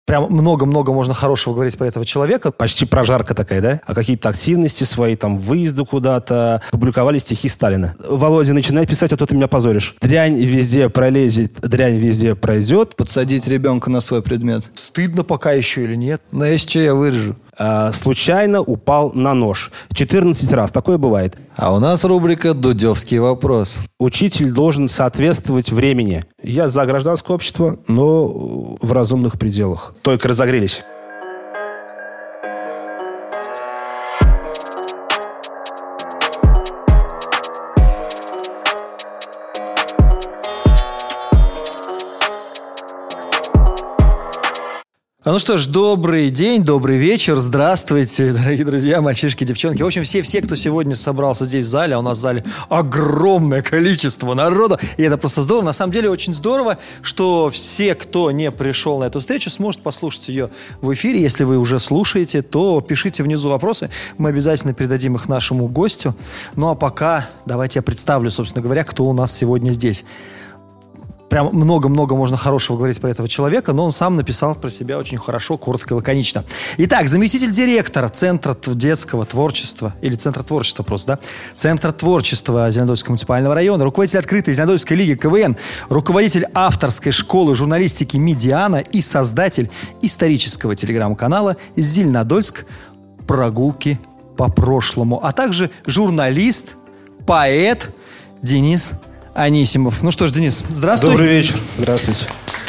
Прям много-много можно хорошего говорить про этого человека. Почти прожарка такая, да? А какие-то активности свои, там, выезды куда-то. Публиковали стихи Сталина. Володя, начинай писать, а то ты меня позоришь. Дрянь везде пролезет, дрянь везде пройдет. Подсадить ребенка на свой предмет. Стыдно пока еще или нет? Но если я вырежу. Случайно упал на нож. 14 раз. Такое бывает. А у нас рубрика «Дудевский вопрос». Учитель должен соответствовать времени. Я за гражданское общество, но в разумных пределах. Только разогрелись. Ну что ж, добрый день, добрый вечер, здравствуйте, дорогие друзья, мальчишки, девчонки. В общем, все, кто сегодня собрался здесь в зале, а у нас в зале огромное количество народу, и это просто здорово. На самом деле очень здорово, что все, кто не пришел на эту встречу, сможет послушать ее в эфире. Если вы уже слушаете, то пишите внизу вопросы, мы обязательно передадим их нашему гостю. Ну а пока давайте я представлю, собственно говоря, кто у нас сегодня здесь. Прям много-много можно хорошего говорить про этого человека, но он сам написал про себя очень хорошо, коротко и лаконично. Итак, заместитель директора Центра детского творчества, или Центра творчества просто, да? Центра творчества Зеленодольского муниципального района, руководитель открытой Зеленодольской лиги КВН, руководитель авторской школы журналистики «Медиана» и создатель исторического телеграм-канала «Зеленодольск. Прогулки по прошлому», а также журналист, поэт Денис Анисимов. Ну что ж, Денис, здравствуй. Добрый вечер. Здравствуйте.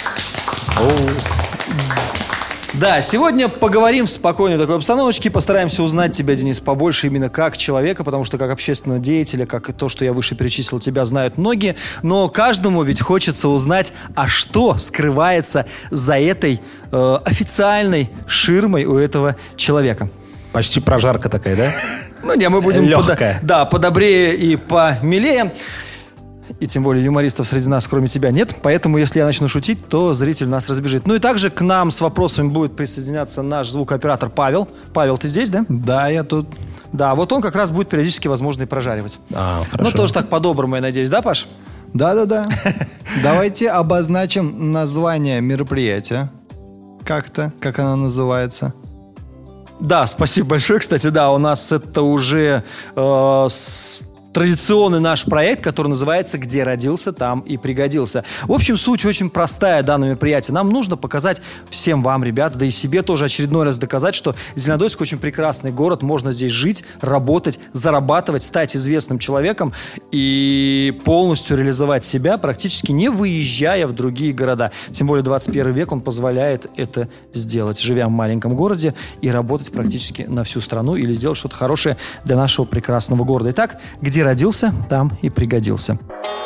Да, сегодня поговорим в спокойной такой обстановочке, постараемся узнать тебя, Денис, побольше именно как человека, потому что как общественного деятеля, как и то, что я выше перечислил, тебя знают многие, но каждому ведь хочется узнать, а что скрывается за этой официальной ширмой у этого человека. Почти прожарка такая, да? Ну не, мы будем легкая. Подобрее и помилее. И тем более юмористов среди нас, кроме тебя, нет. Поэтому, если я начну шутить, то зритель нас разбежит. Ну и также к нам с вопросами будет присоединяться наш звукооператор Павел. Павел, ты здесь, да? Да, я тут. Да, вот он как раз будет периодически, возможно, и прожаривать. Хорошо. Ну, тоже так по-доброму, я надеюсь, да, Паш? Да. Давайте обозначим название мероприятия. Как-то, как оно называется. Да, спасибо большое, кстати. Да, у нас это уже традиционный наш проект, который называется «Где родился, там и пригодился». В общем, суть очень простая данного мероприятия. Нам нужно показать всем вам, ребята, да и себе тоже очередной раз доказать, что Зеленодольск очень прекрасный город, можно здесь жить, работать, зарабатывать, стать известным человеком и полностью реализовать себя, практически не выезжая в другие города. Тем более 21 век, он позволяет это сделать, живя в маленьком городе и работать практически на всю страну или сделать что-то хорошее для нашего прекрасного города. Итак, где родился, там и пригодился.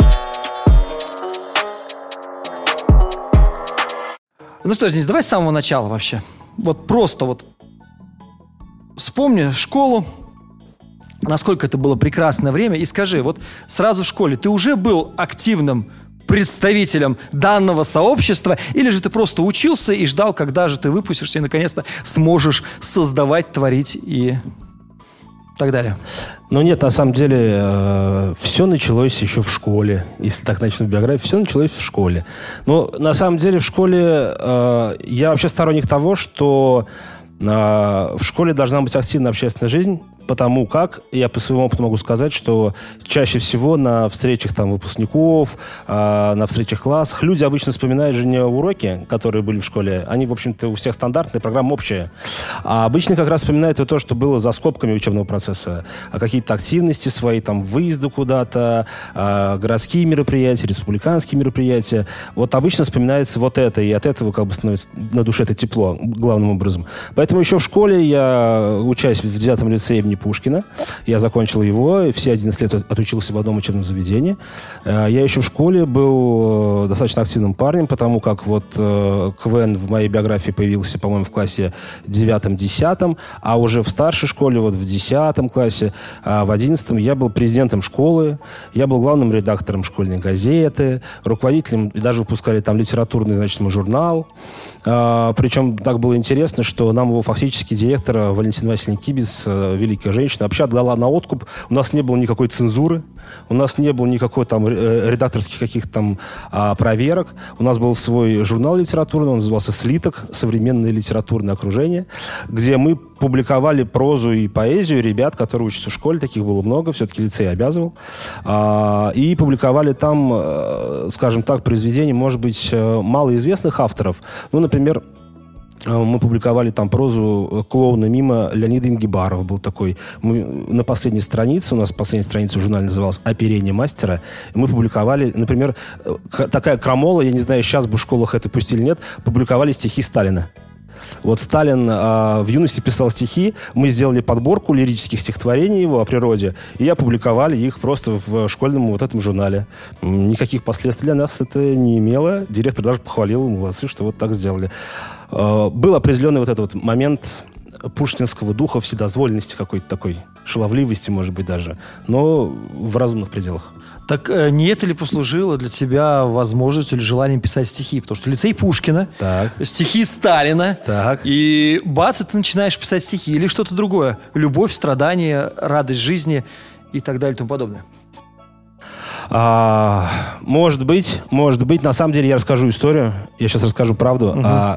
Ну что ж, Денис, давай с самого начала вообще. Вот просто вот вспомни школу, насколько это было прекрасное время, и скажи, вот сразу в школе ты уже был активным представителем данного сообщества, или же ты просто учился и ждал, когда же ты выпустишься и наконец-то сможешь создавать, творить и так далее? Ну нет, на самом деле все началось еще в школе. Если так начну биографию, все началось в школе. Но на самом деле в школе я вообще сторонник того, что в школе должна быть активная общественная жизнь, потому как, я по своему опыту могу сказать, что чаще всего на встречах там, выпускников, на встречах классах люди обычно вспоминают же не уроки, которые были в школе, они, в общем-то, у всех стандартные, программа общая. А обычно как раз вспоминают и то, что было за скобками учебного процесса, какие-то активности свои, там, выезды куда-то, городские мероприятия, республиканские мероприятия. Вот обычно вспоминается вот это, и от этого как бы становится на душе это тепло, главным образом. Поэтому еще в школе я, учась в 9 лицее имени Пушкина. Я закончил его, и все 11 лет отучился в одном учебном заведении. Я еще в школе был достаточно активным парнем, потому как вот КВН в моей биографии появился, по-моему, в классе 9-10, а уже в старшей школе, вот в 10 классе, в 11 я был президентом школы, я был главным редактором школьной газеты, руководителем, и даже выпускали там литературный, значит, журнал. Причем так было интересно, что нам его фактически директор Валентина Васильевна Кибис, великая женщина, вообще отдала на откуп. У нас не было никакой цензуры. У нас не было никакой там редакторских каких-то там проверок. У нас был свой журнал литературный, он назывался «Слиток. Современное литературное окружение», где мы публиковали прозу и поэзию ребят, которые учатся в школе, таких было много, все-таки лицей обязывал. И публиковали там, скажем так, произведения, может быть, малоизвестных авторов. Ну, например, мы публиковали там прозу клоуна мимо Леонида Ингибарова. Был такой. Мы на последней странице, у нас последняя страница в журнале называлась «Оперение мастера». Мы публиковали, например, такая крамола, я не знаю, сейчас бы в школах это пустили, нет, публиковали стихи Сталина. Вот Сталин в юности писал стихи, мы сделали подборку лирических стихотворений его о природе, и опубликовали их просто в школьном вот этом журнале. Никаких последствий для нас это не имело. Директор даже похвалил, молодцы, что вот так сделали. Был определенный вот этот вот момент пушкинского духа, вседозволенности какой-то такой, шаловливости, может быть, даже, но в разумных пределах. Так не это ли послужило для тебя возможностью или желанием писать стихи? Потому что лицей Пушкина, стихи Сталина, и бац, и ты начинаешь писать стихи. Или что-то другое. Любовь, страдания, радость жизни и так далее и тому подобное. Может быть. На самом деле я расскажу историю. Я сейчас расскажу правду.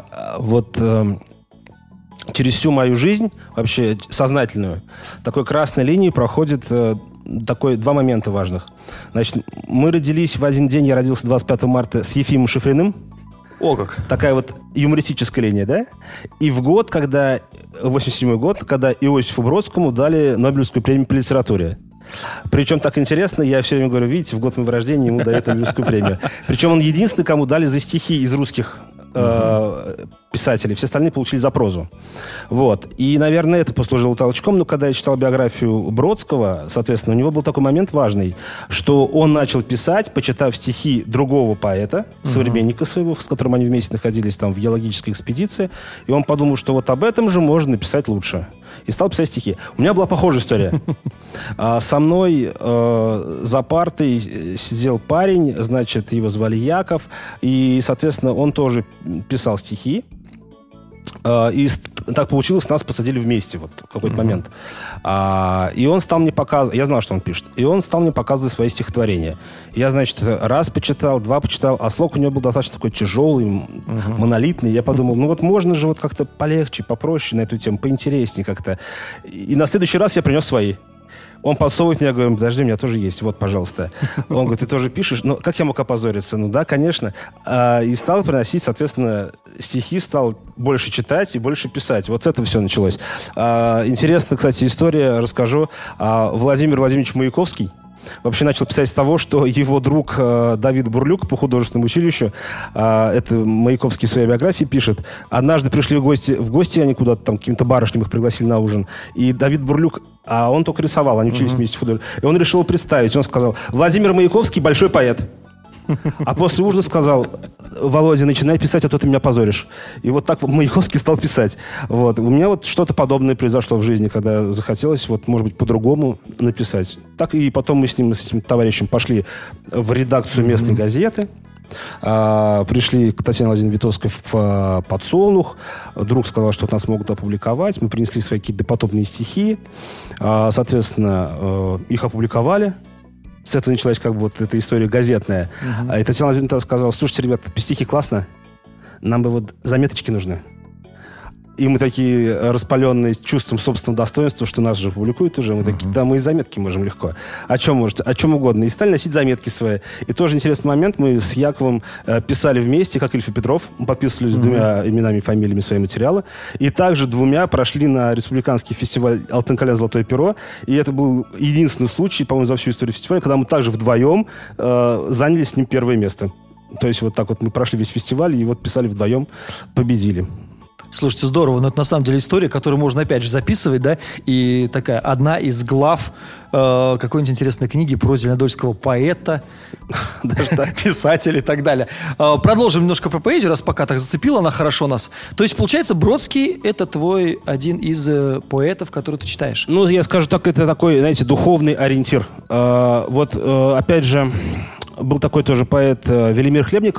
Через всю мою жизнь, вообще сознательную, такой красной линией проходит два момента важных. Значит, мы родились в один день, я родился 25 марта с Ефимом Шифриным. О как! Такая вот юмористическая линия, да? И в год, 87-й год, когда Иосифу Бродскому дали Нобелевскую премию по литературе. Причем так интересно, я все время говорю, видите, в год моего рождения ему дают Нобелевскую премию. Причем он единственный, кому дали за стихи из русских писателей. Все остальные получили за прозу. Вот. И, наверное, это послужило толчком. Но когда я читал биографию Бродского, соответственно, у него был такой момент важный, что он начал писать, почитав стихи другого поэта, современника своего, с которым они вместе находились там в геологической экспедиции. И он подумал, что вот об этом же можно написать лучше. И стал писать стихи. У меня была похожая история. Со мной за партой сидел парень, значит, его звали Яков. И, соответственно, он тоже писал стихи. И так получилось, нас посадили вместе вот в какой-то момент. И он стал мне показывать, я знал, что он пишет, и он стал мне показывать свои стихотворения. Я, значит, раз почитал, два почитал, а слог у него был достаточно такой тяжелый, монолитный. Я подумал, ну вот можно же вот как-то полегче, попроще на эту тему, поинтереснее как-то. И на следующий раз я принес свои. Он подсовывает мне, я говорю, подожди, у меня тоже есть, вот, пожалуйста. Он говорит, ты тоже пишешь? Ну, как я мог опозориться? Ну, да, конечно. И стал приносить, соответственно, стихи, стал больше читать и больше писать. Вот с этого все началось. Интересная, кстати, история, расскажу. Владимир Владимирович Маяковский вообще начал писать с того, что его друг Давид Бурлюк по художественному училищу, это Маяковский в своей биографии пишет, однажды пришли в гости они куда-то там, каким-то барышням их пригласили на ужин, и Давид Бурлюк, а он только рисовал, они учились вместе в художестве, и он решил представить, он сказал, Владимир Маяковский большой поэт. А после ужина сказал, Володя, начинай писать, а то ты меня позоришь. И вот так Маяковский стал писать. Вот. У меня вот что-то подобное произошло в жизни, когда захотелось, вот, может быть, по-другому написать. Так и потом мы с этим товарищем пошли в редакцию местной газеты. Пришли к Татьяне Владимировне Витовской в «Подсолнух». Друг сказал, что нас могут опубликовать. Мы принесли свои какие-то допотопные стихи. Соответственно, их опубликовали. С этого началась как бы вот эта история газетная. И Татьяна Владимировна сказала, слушайте, ребята, стихи классно, нам бы вот заметочки нужны. И мы такие распаленные чувством собственного достоинства, что нас же публикуют уже. Мы такие, да, мы и заметки можем легко. О чем можете? О чем угодно. И стали носить заметки свои. И тоже интересный момент. Мы с Яковом писали вместе, как Ильф и Петров. Мы подписывались с двумя именами и фамилиями свои материалы. И также двумя прошли на республиканский фестиваль «Алтын калян. Золотое перо». И это был единственный случай, по-моему, за всю историю фестиваля, когда мы также вдвоем заняли с ним первое место. То есть вот так вот мы прошли весь фестиваль и вот писали вдвоем, победили. Слушайте, здорово, но это на самом деле история, которую можно опять же записывать, да, и такая одна из глав какой-нибудь интересной книги про зеленодольского поэта, писателя и так далее. Продолжим немножко про поэзию, раз пока так зацепила она хорошо нас. То есть, получается, Бродский — это твой один из поэтов, который ты читаешь? Ну, я скажу так, это такой, знаете, духовный ориентир. Вот, опять же, был такой тоже поэт Велимир Хлебников.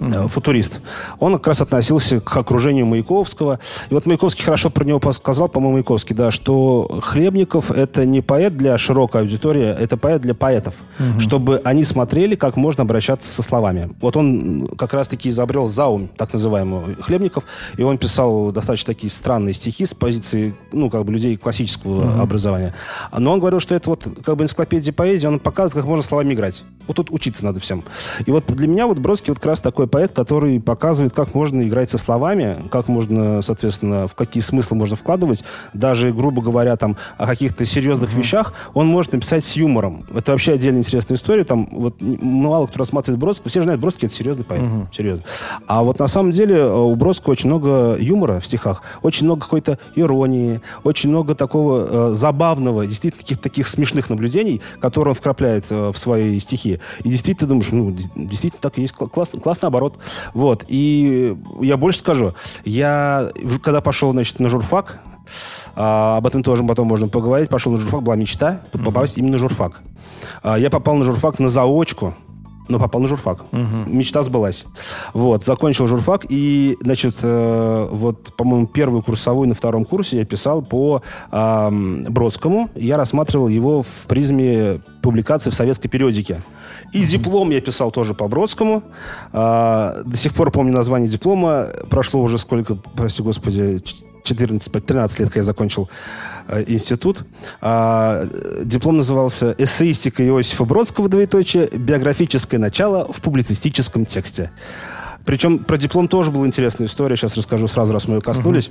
футурист. Он как раз относился к окружению Маяковского. И вот Маяковский хорошо про него сказал, по-моему, Маяковский, да, что Хлебников — это не поэт для широкой аудитории, это поэт для поэтов, чтобы они смотрели, как можно обращаться со словами. Вот он как раз-таки изобрел заум, так называемый, Хлебников, и он писал достаточно такие странные стихи с позиции, людей классического образования. Но он говорил, что это вот как бы энциклопедия поэзии, он показывает, как можно словами играть. Вот тут учиться надо всем. И вот для меня вот Бродский вот как раз такой поэт, который показывает, как можно играть со словами, как можно, соответственно, в какие смыслы можно вкладывать. Даже, грубо говоря, там, о каких-то серьезных вещах он может написать с юмором. Это вообще отдельно интересная история. Там вот мало кто рассматривает Бродского. Все же знают, Бродский — это серьезный поэт. Серьезно. А вот на самом деле у Бродского очень много юмора в стихах, очень много какой-то иронии, очень много такого забавного, действительно таких смешных наблюдений, которые он вкрапляет в свои стихи. И действительно думаешь, действительно так и есть. Классный оборот. Вот. И я больше скажу. Я, когда пошел, на журфак, об этом тоже потом можно поговорить, пошел на журфак, была мечта попасть именно на журфак. Я попал на журфак на заочку, но попал на журфак. Мечта сбылась. Вот, закончил журфак, и, по-моему, первую курсовую на втором курсе я писал по Бродскому. Я рассматривал его в призме публикации в советской периодике. И диплом я писал тоже по Бродскому. До сих пор помню название диплома. Прошло уже сколько, прости господи, 13 лет, когда я закончил институт. Диплом назывался «Эссеистика Иосифа Бродского, двоеточие, биографическое начало в публицистическом тексте». Причем про диплом тоже была интересная история. Сейчас расскажу сразу, раз мы ее коснулись.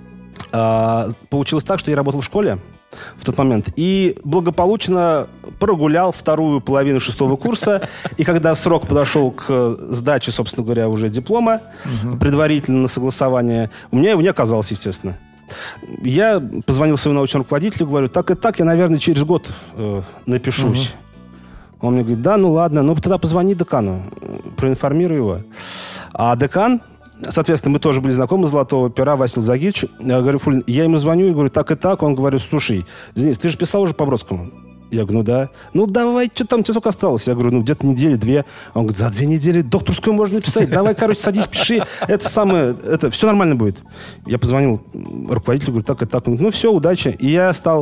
Получилось так, что я работал в школе в тот момент и благополучно прогулял вторую половину 6-го курса. И когда срок подошел к сдаче, собственно говоря, уже диплома, предварительно на согласование, у меня его не оказалось, естественно. Я позвонил своему научному руководителю, говорю, так и так, я, наверное, через год напишусь. Он мне говорит, да, ну ладно, ну тогда позвони декану, проинформируй его. А декан, соответственно, мы тоже были знакомы, «Золотого пера», Васил Загидович. Я говорю, Фулин, я ему звоню и говорю, так и так. Он говорит, слушай, Денис, ты же писал уже по Бродскому. Я говорю, ну да. Ну давай, что там, тебе сколько осталось? Я говорю, где-то недели 2. Он говорит, за 2 недели докторскую можно написать. Давай, садись, пиши. Это все нормально будет. Я позвонил руководителю, говорю, так и так. Он говорит, ну все, удачи. И я стал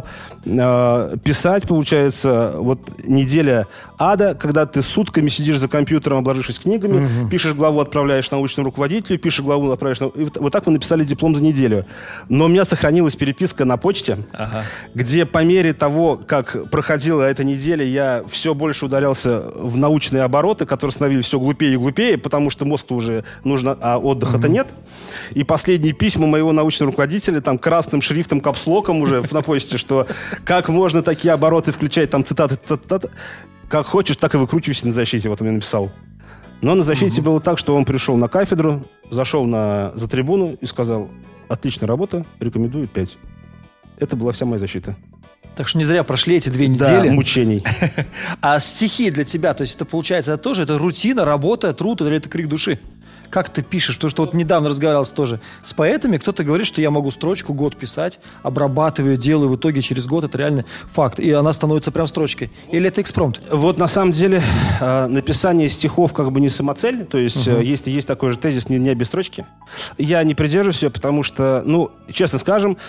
писать, получается, вот неделя ада, когда ты сутками сидишь за компьютером, обложившись книгами, пишешь главу, отправляешь научному руководителю, пишешь главу, отправляешь... И вот так мы написали диплом за неделю. Но у меня сохранилась переписка на почте, где по мере того, как проходила эта неделя, я все больше ударялся в научные обороты, которые становились все глупее и глупее, потому что мозгу уже нужно, а отдыха-то нет. И последние письма моего научного руководителя там красным шрифтом, капслоком уже на почте, что как можно такие обороты включать, там цитаты, как хочешь, так и выкручивайся на защите. Вот он мне написал. Но на защите было так, что он пришел на кафедру, зашел за трибуну и сказал, отличная работа, рекомендую 5. Это была вся моя защита. Так что не зря прошли эти 2 недели. Да, мучений. А стихи для тебя, то есть это получается это рутина, работа, труд, или это крик души? Как ты пишешь? Потому что вот недавно разговаривал тоже с поэтами, кто-то говорит, что я могу строчку год писать, обрабатываю, делаю, в итоге через год это реально факт, и она становится прям строчкой. Или это экспромт? Вот на самом деле написание стихов как бы не самоцель, то есть есть такой же тезис не без строчки. Я не придерживаюсь ее, потому что, честно скажем,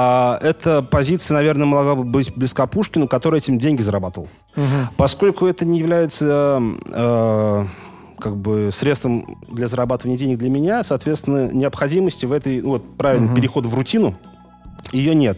эта позиция, наверное, могла бы быть близка Пушкину, который этим деньги зарабатывал. Поскольку это не является... средством для зарабатывания денег для меня, соответственно, необходимости в этой, правильный переход в рутину, ее нет.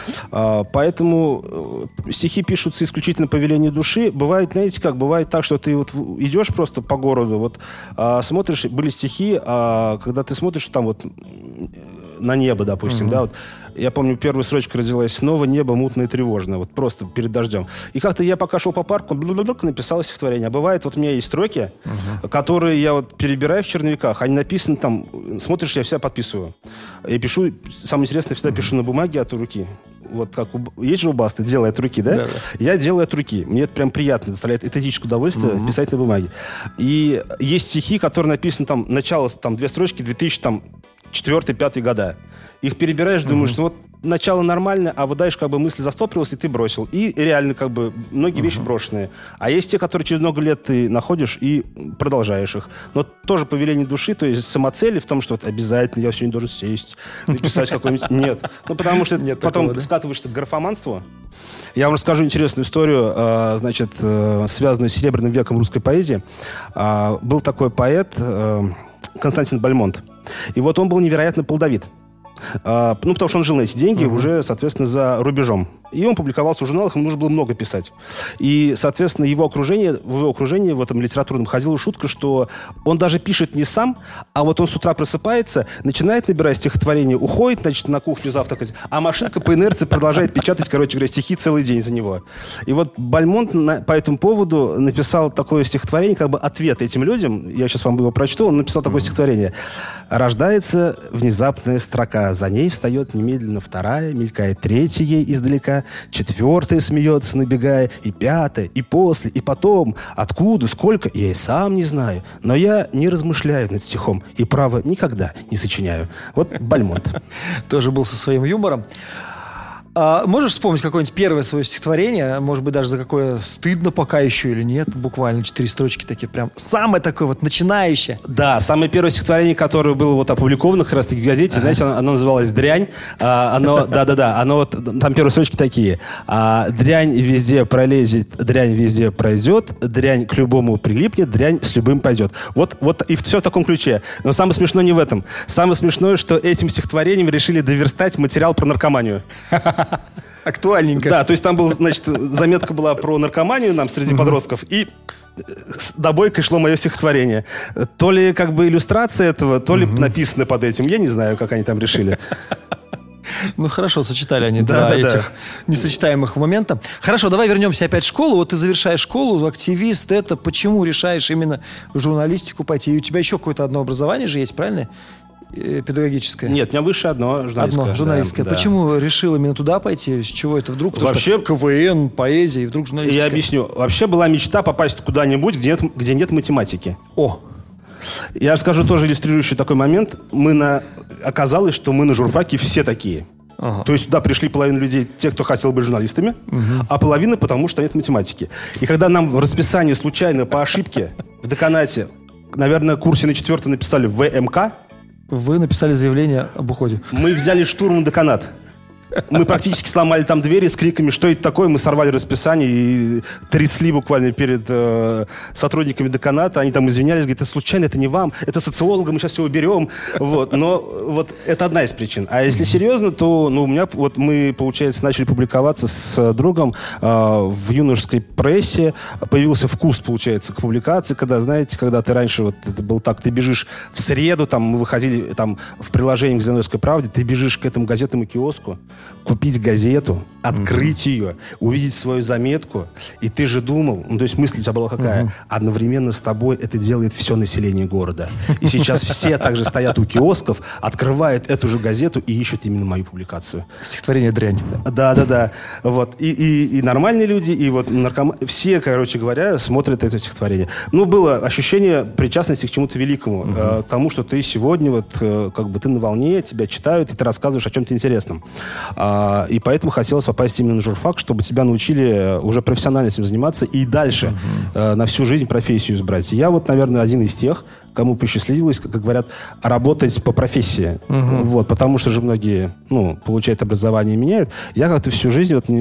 Поэтому стихи пишутся исключительно по велению души. Бывает, знаете как, бывает так, что ты вот идешь просто по городу, смотришь, были стихи, когда ты смотришь там на небо, допустим, да, я помню, первая строчка родилась: «Снова небо мутное и тревожное», просто перед дождем. И как-то я пока шел по парку, написал стихотворение. А бывает, у меня есть строки, которые я перебираю в черновиках, они написаны там, смотришь, я всегда подписываю. Я пишу, самое интересное, всегда пишу на бумаге от руки. Вот как есть же у Басты, делай от руки, да? Да. Я делаю от руки. Мне это прям приятно, доставляет эстетическое удовольствие писать на бумаге. И есть стихи, которые написаны начало, 2 строчки, 2004-2005 года. Их перебираешь, думаешь, начало нормальное, а вот дальше как бы мысль застопорилась, и ты бросил. И реально как бы многие вещи брошенные. А есть те, которые через много лет ты находишь и продолжаешь их. Но тоже по велению души, то есть самоцели в том, что вот обязательно я сегодня должен сесть, написать какой-нибудь... Нет. Ну, потому что Нет потом такого, да? скатываешься к графоманству. Я вам расскажу интересную историю, значит, связанную с Серебряным веком русской поэзии. Был такой поэт Константин Бальмонт. И вот он был невероятно плодовит. Ну, потому что он жил на эти деньги уже, соответственно, за рубежом. И он публиковался в журналах, ему нужно было много писать. И, соответственно, в его окружении, в этом литературном, ходила шутка, что он даже пишет не сам, а вот он с утра просыпается, начинает набирать стихотворение, уходит, значит, на кухню завтракать, а машинка по инерции продолжает печатать, короче говоря, стихи целый день за него. И вот Бальмонт по этому поводу написал такое стихотворение, как бы ответ этим людям. Я сейчас вам его прочту. Он написал такое стихотворение. «Рождается внезапная строка, за ней встает немедленно вторая, мелькает третья ей издалека, четвертая смеется, набегая, и пятая, и после, и потом. Откуда, сколько, я и сам не знаю. Но я не размышляю над стихом и, право, никогда не сочиняю». Вот Бальмонт. Тоже был со своим юмором. А можешь вспомнить какое-нибудь первое свое стихотворение? Может быть, даже за какое стыдно пока еще или нет? Буквально 4 строчки такие прям. Самое такое вот начинающее. Да, самое первое стихотворение, которое было вот опубликовано как раз-таки в газете, знаете, оно называлось «Дрянь». Оно вот, там первые строчки такие. «Дрянь везде пролезет, дрянь везде пройдет, дрянь к любому прилипнет, дрянь с любым пойдет». Вот и все в таком ключе. Но самое смешное не в этом. Самое смешное, что этим стихотворением решили доверстать материал про наркоманию. Актуальненько. Да, то есть там был, значит, заметка была про наркоманию нам среди подростков, и добойкой шло мое стихотворение. То ли как бы иллюстрация этого, то ли написано под этим. Я не знаю, как они там решили. Ну хорошо, сочетали они два этих несочетаемых момента. Хорошо, давай вернемся опять в школу. Вот ты завершаешь школу, активист, это почему решаешь именно в журналистику пойти? И у тебя еще какое-то одно образование же есть, правильно? Педагогическое. Нет, у меня высшее одно журналистское. Одно журналистское. Да. Почему решил именно туда пойти? С чего это вдруг? Потому вообще, что КВН, поэзия и вдруг журналистика. Я объясню. Вообще была мечта попасть куда-нибудь, где нет математики. О! Я расскажу тоже иллюстрирующий такой момент. Оказалось, что мы на журфаке все такие. Ага. То есть туда пришли половина людей, те, кто хотел быть журналистами, а половина потому, что нет математики. И когда нам в расписании случайно по ошибке в деканате, наверное, в курсе на 4 написали ВМК, вы написали заявление об уходе. мы взяли штурмом деканат. Мы практически сломали там двери с криками, что это такое. Мы сорвали расписание и трясли буквально перед сотрудниками деканата. Они там извинялись, говорят, это случайно, это не вам, это социолога, мы сейчас все уберем. Вот. Но вот это одна из причин. А если серьезно, то у меня вот мы, получается, начали публиковаться с другом в юношеской прессе. Появился вкус, получается, к публикации, когда, знаете, когда ты раньше, вот это было так, ты бежишь в среду, там мы выходили там в приложении к «Зеленой правде», ты бежишь к этому газетному киоску, купить газету, открыть ее, увидеть свою заметку, и ты же думал, то есть мысль у тебя была какая? Одновременно с тобой это делает все население города. И сейчас все также стоят у киосков, открывают эту же газету и ищут именно мою публикацию. Стихотворение «Дрянь». Да. Вот. И нормальные люди, и вот наркоманы, все, короче говоря, смотрят это стихотворение. Было ощущение причастности к чему-то великому, к тому, что ты сегодня вот как бы ты на волне, тебя читают, и ты рассказываешь о чем-то интересном. И поэтому хотелось попасть именно на журфак, чтобы тебя научили уже профессионально этим заниматься и дальше на всю жизнь профессию избрать. И я вот, наверное, один из тех, кому посчастливилось, как говорят, работать по профессии. Вот, потому что же многие, получают образование и меняют. Я как-то всю жизнь, вот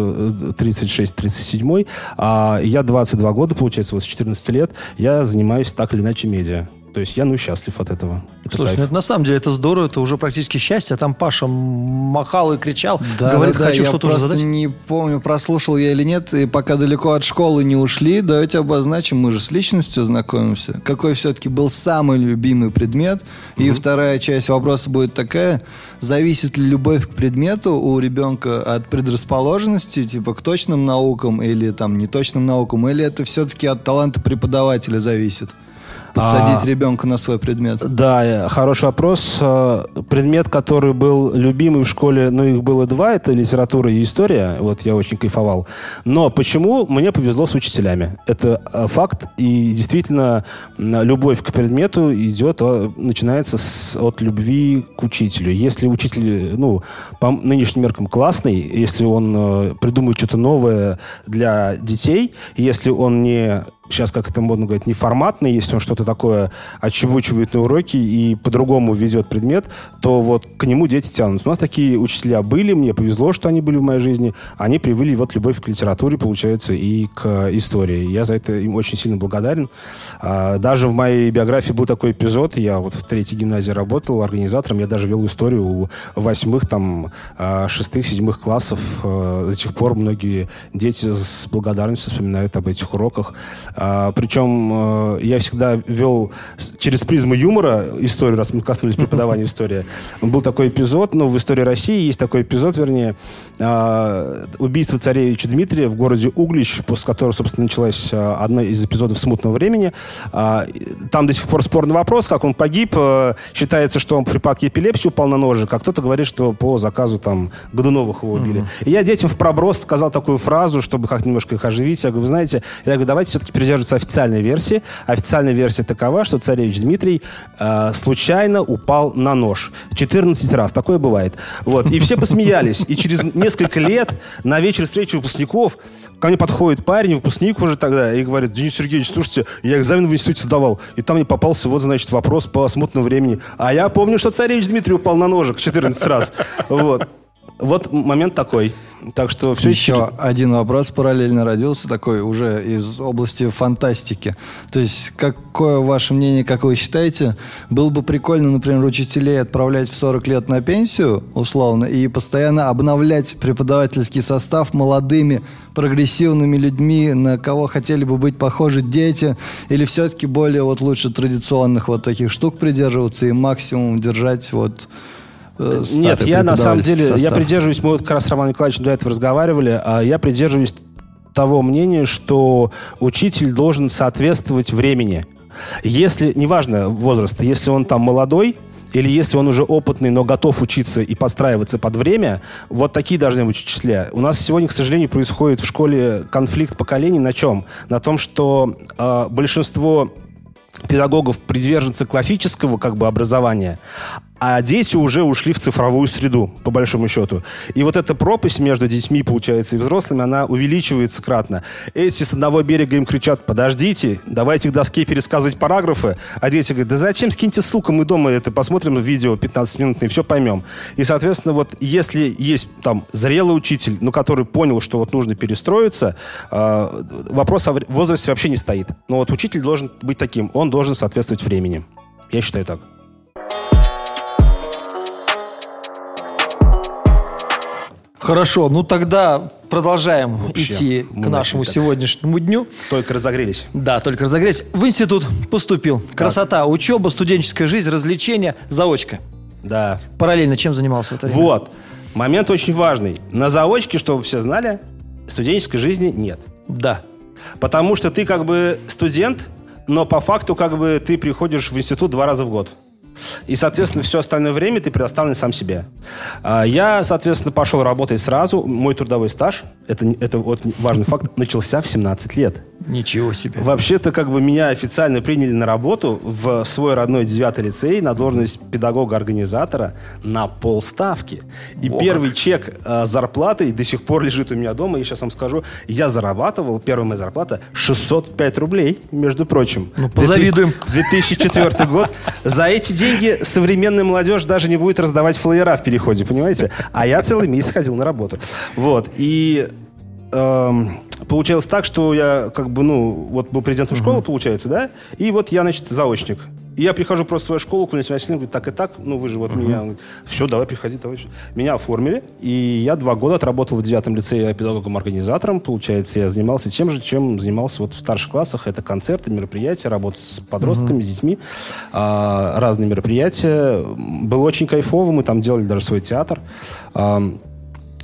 36-37, я 22 года, получается, вот с 14 лет, я занимаюсь так или иначе медиа. То есть я, счастлив от этого. Слушай, это на самом деле это здорово, это уже практически счастье. А там Паша махал и кричал, говорит, хочу что-то уже задать. Я просто не помню, прослушал я или нет, и пока далеко от школы не ушли, давайте обозначим, мы же с личностью знакомимся. Какой все-таки был самый любимый предмет? И вторая часть вопроса будет такая, зависит ли любовь к предмету у ребенка от предрасположенности, типа к точным наукам или там неточным наукам, или это все-таки от таланта преподавателя зависит? Подсадить ребенка на свой предмет. Да, хороший вопрос. Предмет, который был любимый в школе, их было два, это литература и история. Вот я очень кайфовал. Но почему? Мне повезло с учителями. Это факт. И действительно, любовь к предмету начинается от любви к учителю. Если учитель, по нынешним меркам классный, если он придумает что-то новое для детей, если он не... Сейчас, как это модно говорить, неформатный, если он что-то такое отчебучивает на уроке и по-другому ведет предмет, то вот к нему дети тянутся. У нас такие учителя были, мне повезло, что они были в моей жизни. Они привили любовь к литературе, получается, и к истории. Я за это им очень сильно благодарен. Даже в моей биографии был такой эпизод. Я в 3-й гимназии работал организатором. Я даже вел историю у 8-х, 6-х, 7-х классов. До сих пор многие дети с благодарностью вспоминают об этих уроках. Причем я всегда вел через призму юмора историю, раз мы коснулись преподавания истории. Был такой эпизод, в истории России есть такой эпизод, убийство царевича Дмитрия в городе Углич, после которого, собственно, началась одна из эпизодов «Смутного времени». Там до сих пор спорный вопрос, как он погиб. Считается, что он в припадке эпилепсии упал на ножик, а кто-то говорит, что по заказу Годуновых его убили. И я детям в проброс сказал такую фразу, чтобы как немножко их оживить. Я говорю, вы знаете, давайте все-таки придерживаться официальной версии. Официальная версия такова, что царевич Дмитрий случайно упал на нож. 14 раз. Такое бывает. И все посмеялись. И через несколько лет на вечер встречи выпускников ко мне подходит парень, выпускник уже тогда, и говорит: Денис Сергеевич, слушайте, я экзамен в институте сдавал, и там мне попался вопрос по «Смутному времени». А я помню, что царевич Дмитрий упал на ножик 14 раз. Вот момент такой. Так что все еще один вопрос параллельно родился, такой уже из области фантастики. То есть, какое ваше мнение, как вы считаете, было бы прикольно, например, учителей отправлять в 40 лет на пенсию, условно, и постоянно обновлять преподавательский состав молодыми, прогрессивными людьми, на кого хотели бы быть похожи дети, или все-таки более лучше традиционных таких штук придерживаться и максимум держать Нет, я на самом деле, я придерживаюсь, мы как раз с Романом Николаевичем до этого разговаривали, я придерживаюсь того мнения, что учитель должен соответствовать времени. Если, неважно возраст, если он молодой, или если он уже опытный, но готов учиться и подстраиваться под время, такие должны быть учителя. У нас сегодня, к сожалению, происходит в школе конфликт поколений на чем? На том, что большинство педагогов приверженцы классического образования, а дети уже ушли в цифровую среду, по большому счету. И эта пропасть между детьми, получается, и взрослыми, она увеличивается кратно. Эти с одного берега им кричат: подождите, давайте к доске пересказывать параграфы. А дети говорят: да зачем, скиньте ссылку, мы дома посмотрим видео 15-минутное и все поймем. И, соответственно, если есть зрелый учитель, который понял, что нужно перестроиться, вопрос о возрасте вообще не стоит. Но учитель должен быть таким, он должен соответствовать времени. Я считаю так. Хорошо, тогда продолжаем идти к нашему сегодняшнему дню. Только разогрелись. Да, только разогрелись. В институт поступил. Красота, учеба, студенческая жизнь, развлечения, заочка. Да. Параллельно чем занимался в это время? Момент очень важный. На заочке, чтобы все знали, студенческой жизни нет. Да. Потому что ты студент, но по факту ты приходишь в институт 2 раза в год. И, соответственно, все остальное время ты предоставлен сам себе. Я, соответственно, пошел работать сразу. Мой трудовой стаж, это важный факт, начался в 17 лет. Ничего себе. Вообще-то, меня официально приняли на работу в свой родной 9-й лицей на должность педагога-организатора на полставки. И первый чек зарплаты до сих пор лежит у меня дома. И сейчас вам скажу, я зарабатывал, первая моя зарплата, 605 рублей, между прочим. Позавидуем. 2004 год. За эти деньги современная молодежь даже не будет раздавать флеера в переходе, понимаете? А я целый месяц ходил на работу. И получилось так, что я был президентом школы, получается, да? И я, заочник. И я прихожу просто в свою школу, Клавдий Васильевич говорит: так и так, вы же меня... Он говорит: все, давай, приходи, давай. Меня оформили, и я 2 года отработал в 9-м лицее педагогом-организатором. Получается, я занимался тем же, чем занимался в старших классах. Это концерты, мероприятия, работа с подростками, с детьми, разные мероприятия. Было очень кайфово, мы там делали даже свой театр.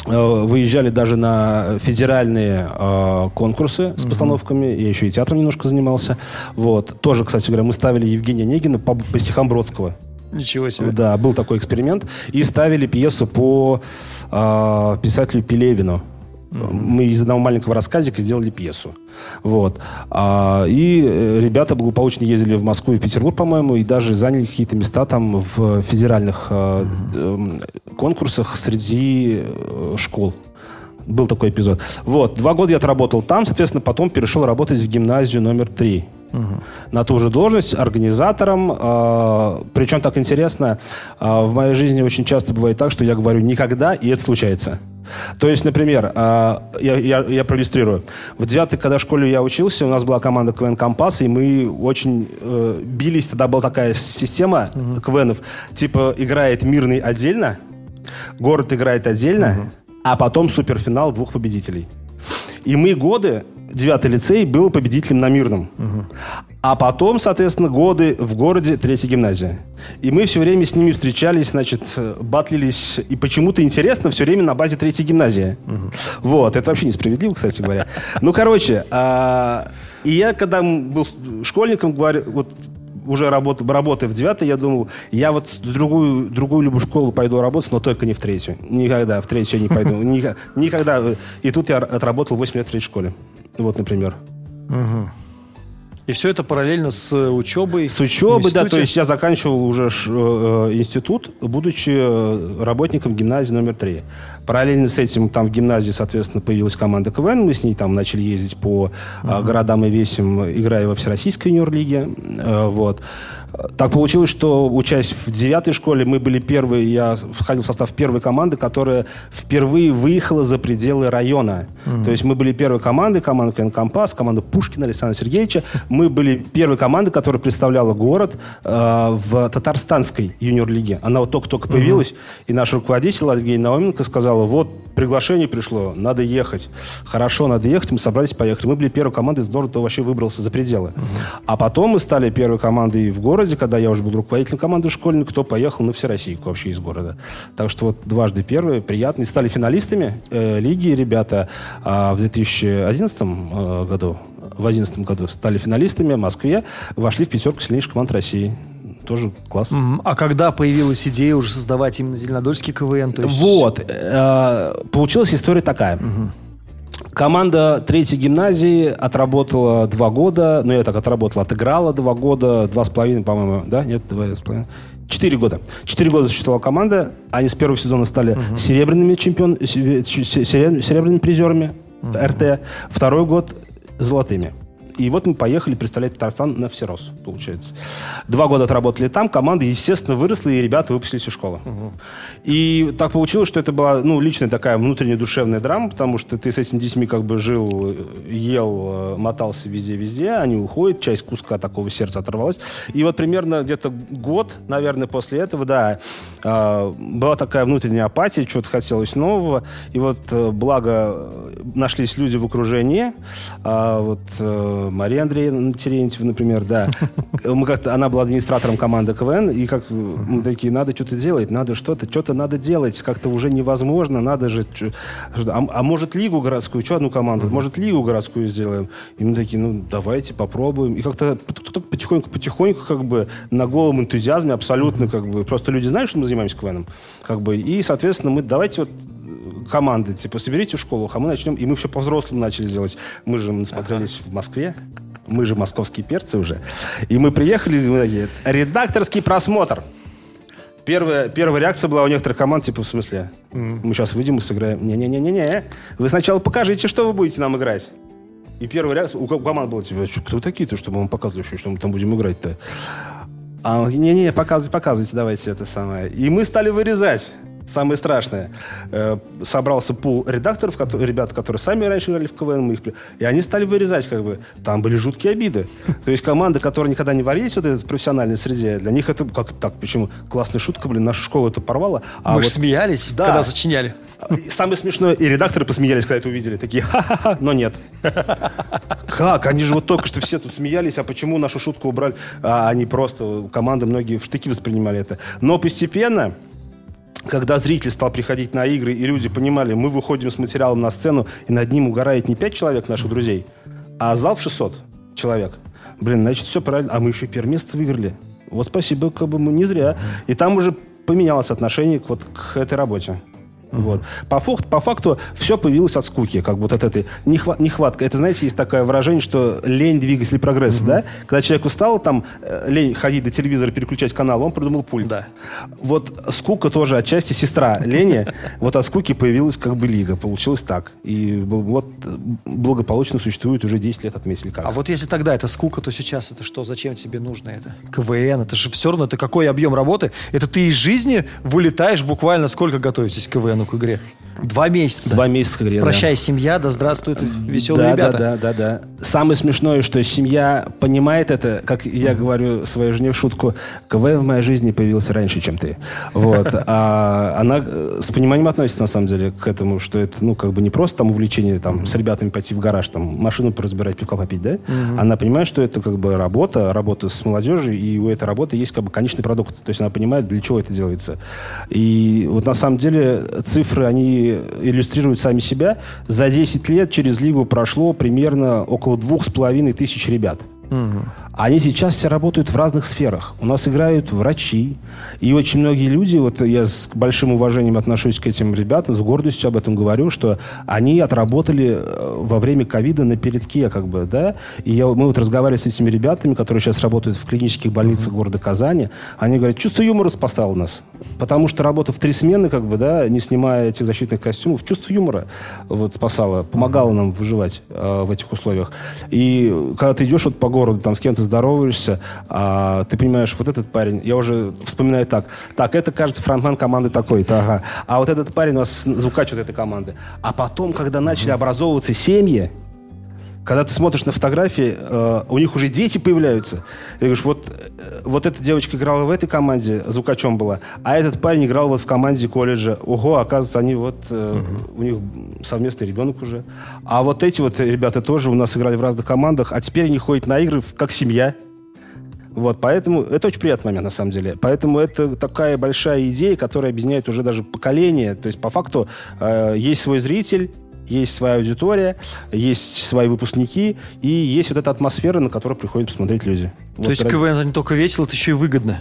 выезжали даже на федеральные конкурсы с постановками. Я еще и театром немножко занимался. Вот. Тоже, кстати говоря, мы ставили Евгения Онегина по стихам Бродского. Ничего себе. Да, был такой эксперимент. И ставили пьесу по писателю Пелевину. Мы из одного маленького рассказика сделали пьесу. Вот. И ребята благополучно ездили в Москву и в Петербург, по-моему, и даже заняли какие-то места там в федеральных конкурсах среди школ. Был такой эпизод. Вот. 2 года я отработал там, соответственно, потом перешел работать в гимназию номер 3. На ту же должность, организатором. Причем так интересно, в моей жизни очень часто бывает так, что я говорю «никогда», и это случается. То есть, например, я проиллюстрирую. В 9-й, когда в школе я учился, у нас была команда КВН «Компас», и мы очень бились. Тогда была такая система КВНов. Типа играет «Мирный» отдельно, «Город» играет отдельно, а потом суперфинал 2 победителей. И мы годы... 9-й лицей был победителем на Мирном. А потом, соответственно, годы в городе 3-я гимназия. И мы все время с ними встречались, значит, батлились. И почему-то интересно все время на базе 3-й гимназии. Вот. Это вообще несправедливо, кстати говоря. Ну, короче, и я, когда был школьником, говорю, вот уже работая в 9-й, я думал, я вот в другую любую школу пойду работать, но только не в 3-ю. Никогда в 3-ю я не пойду. Никогда. И тут я отработал 8 лет в 3-й школе. Вот, например. И все это параллельно с учебой? С учебой, да. То есть я заканчивал уже институт, будучи работником гимназии номер 3. Параллельно с этим там в гимназии, соответственно, появилась команда КВН. Мы с ней там начали ездить по городам и весям, играя во Всероссийской юниор-лиге. Вот. Так получилось, что, учась в 9-й школе, мы были первые, я входил в состав первой команды, которая впервые выехала за пределы района. То есть мы были первой командой, команда КВН «Компас», команда Пушкина Александра Сергеевича. Мы были первой командой, которая представляла город в татарстанской юниор-лиге. Она вот только-только появилась, и наш руководитель Евгения Науменко сказала, вот, приглашение пришло, надо ехать. Хорошо, надо ехать, мы собрались, поехали. Мы были первой командой, здорово, кто вообще выбрался за пределы. А потом мы стали первой командой в городе, когда я уже был руководителем команды школьник, кто поехал на Всероссийку вообще из города. Так что вот дважды первые, приятно. И стали финалистами лиги ребята в 2011 году. В 2011 году стали финалистами в Москве, вошли в 5 сильнейших команд России. Тоже класс. А когда появилась идея уже создавать именно Зеленодольский КВН? То есть... Вот. Получилась история такая. Команда 3-й гимназии отработала 2 года. Ну, я так отработала. Отыграла 2 года, 2,5, по-моему. Да? Нет, 2,5. 4 года. 4 года существовала команда. Они с первого сезона стали серебряными серебряными призерами РТ. 2-й год золотыми. И вот мы поехали представлять Татарстан на Всерос, получается. 2 года отработали там, команда, естественно, выросла, и ребята выпустились из школы. И так получилось, что это была, личная такая внутренняя душевная драма, потому что ты с этими детьми как бы жил, ел, мотался везде-везде, они уходят, часть куска такого сердца оторвалась. И вот примерно где-то год, наверное, после этого, да, была такая внутренняя апатия, что-то хотелось нового. И вот, благо, нашлись люди в окружении, Мария Андреевна Терентьева, например, да. Она была администратором команды КВН, и как мы такие, надо что-то делать, надо что-то надо делать, как-то уже невозможно, надо же... А может лигу городскую, еще одну команду, может лигу городскую сделаем? И мы такие, давайте попробуем. И как-то потихоньку как бы на голом энтузиазме абсолютно как бы... Просто люди знают, что мы занимаемся КВНом. Как бы, и, соответственно, мы давайте вот команды, типа, соберите в школу, а мы начнем, и мы все по-взрослому начали делать. Мы же насмотрелись в Москве, мы же московские перцы уже. И мы приехали, и мы такие, редакторский просмотр. Первая реакция была у некоторых команд, типа, в смысле, мы сейчас выйдем и сыграем. Не-не-не-не-не, вы сначала покажите, что вы будете нам играть. И первая реакция у команд была, типа, кто вы такие-то, чтобы мы вам показывали, что мы там будем играть-то? А не-не, показывайте, давайте это самое. И мы стали вырезать. Самое страшное. Собрался пул редакторов, ребята, которые сами раньше играли в КВН, и они стали вырезать, как бы. Там были жуткие обиды. То есть команда, которая никогда не варились в этой профессиональной среде, для них это как так, почему? Классная шутка, нашу школу это порвала. Вы же смеялись, да, когда сочиняли. Самое смешное, и редакторы посмеялись, когда это увидели. Такие, ха-ха-ха, но нет. Как? Они же вот только что все тут смеялись, а почему нашу шутку убрали? А они просто, команды многие в штыки воспринимали это. Но постепенно когда зритель стал приходить на игры, и люди понимали, мы выходим с материалом на сцену, и над ним угорает не 5 человек наших друзей, а зал в 600 человек. Блин, значит, все правильно. А мы еще первое место выиграли. Вот спасибо, как бы мы не зря. И там уже поменялось отношение к этой работе. Вот. По факту все появилось от скуки, как бы вот от этой нехватка. Это, знаете, есть такое выражение, что лень двигатель прогресса, да? Когда человек устал, там, лень ходить до телевизора, переключать канал, он придумал пульт. Да. Вот скука тоже отчасти сестра лени. Вот от скуки появилась как бы лига. Получилось так. И вот благополучно существует уже 10 лет, отметили как. А вот если тогда это скука, то сейчас это что? Зачем тебе нужно это? КВН, это же все равно, это какой объем работы? Это ты из жизни вылетаешь буквально сколько готовитесь к КВН? К игре. 2 месяца. 2 месяца к игре, Прощай, семья, да здравствуют веселые ребята. Да. Самое смешное, что семья понимает это, как я говорю своей жене в шутку, КВН в моей жизни появился раньше, чем ты. Вот. А она с пониманием относится, на самом деле, к этому, что это, ну, как бы не просто там увлечение там, с ребятами пойти в гараж, там, машину поразбирать, пивка попить, да? Она понимает, что это как бы работа с молодежью, и у этой работы есть как бы конечный продукт. То есть она понимает, для чего это делается. И вот на самом деле цифры, они иллюстрируют сами себя. За 10 лет через Лигу прошло примерно около 2500 ребят. Они сейчас все работают в разных сферах. У нас играют врачи. И очень многие люди, вот я с большим уважением отношусь к этим ребятам, с гордостью об этом говорю, что они отработали во время ковида на передке, как бы, да. И мы вот разговаривали с этими ребятами, которые сейчас работают в клинических больницах города Казани. Они говорят, чувство юмора спасало нас. Потому что работа в 3 смены, как бы, да, не снимая этих защитных костюмов, чувство юмора вот спасало, помогало нам выживать в этих условиях. И когда ты идешь вот по городу, там с кем-то здороваешься, ты понимаешь, вот этот парень, я уже вспоминаю так, это, кажется, фронтмен команды такой-то, ага. А вот этот парень у нас звукач вот этой команды. А потом, когда начали образовываться семьи, когда ты смотришь на фотографии, у них уже дети появляются. И говоришь, вот эта девочка играла в этой команде, звукачом была, а этот парень играл вот в команде колледжа. Ого, оказывается, они вот, у них совместный ребенок уже. А вот эти вот ребята тоже у нас играли в разных командах, а теперь они ходят на игры как семья. Вот, поэтому это очень приятный момент, на самом деле. Поэтому это такая большая идея, которая объединяет уже даже поколение. То есть, по факту, есть свой зритель, есть своя аудитория, есть свои выпускники, и есть вот эта атмосфера, на которую приходят посмотреть люди. То есть КВН это не только весело, это еще и выгодно.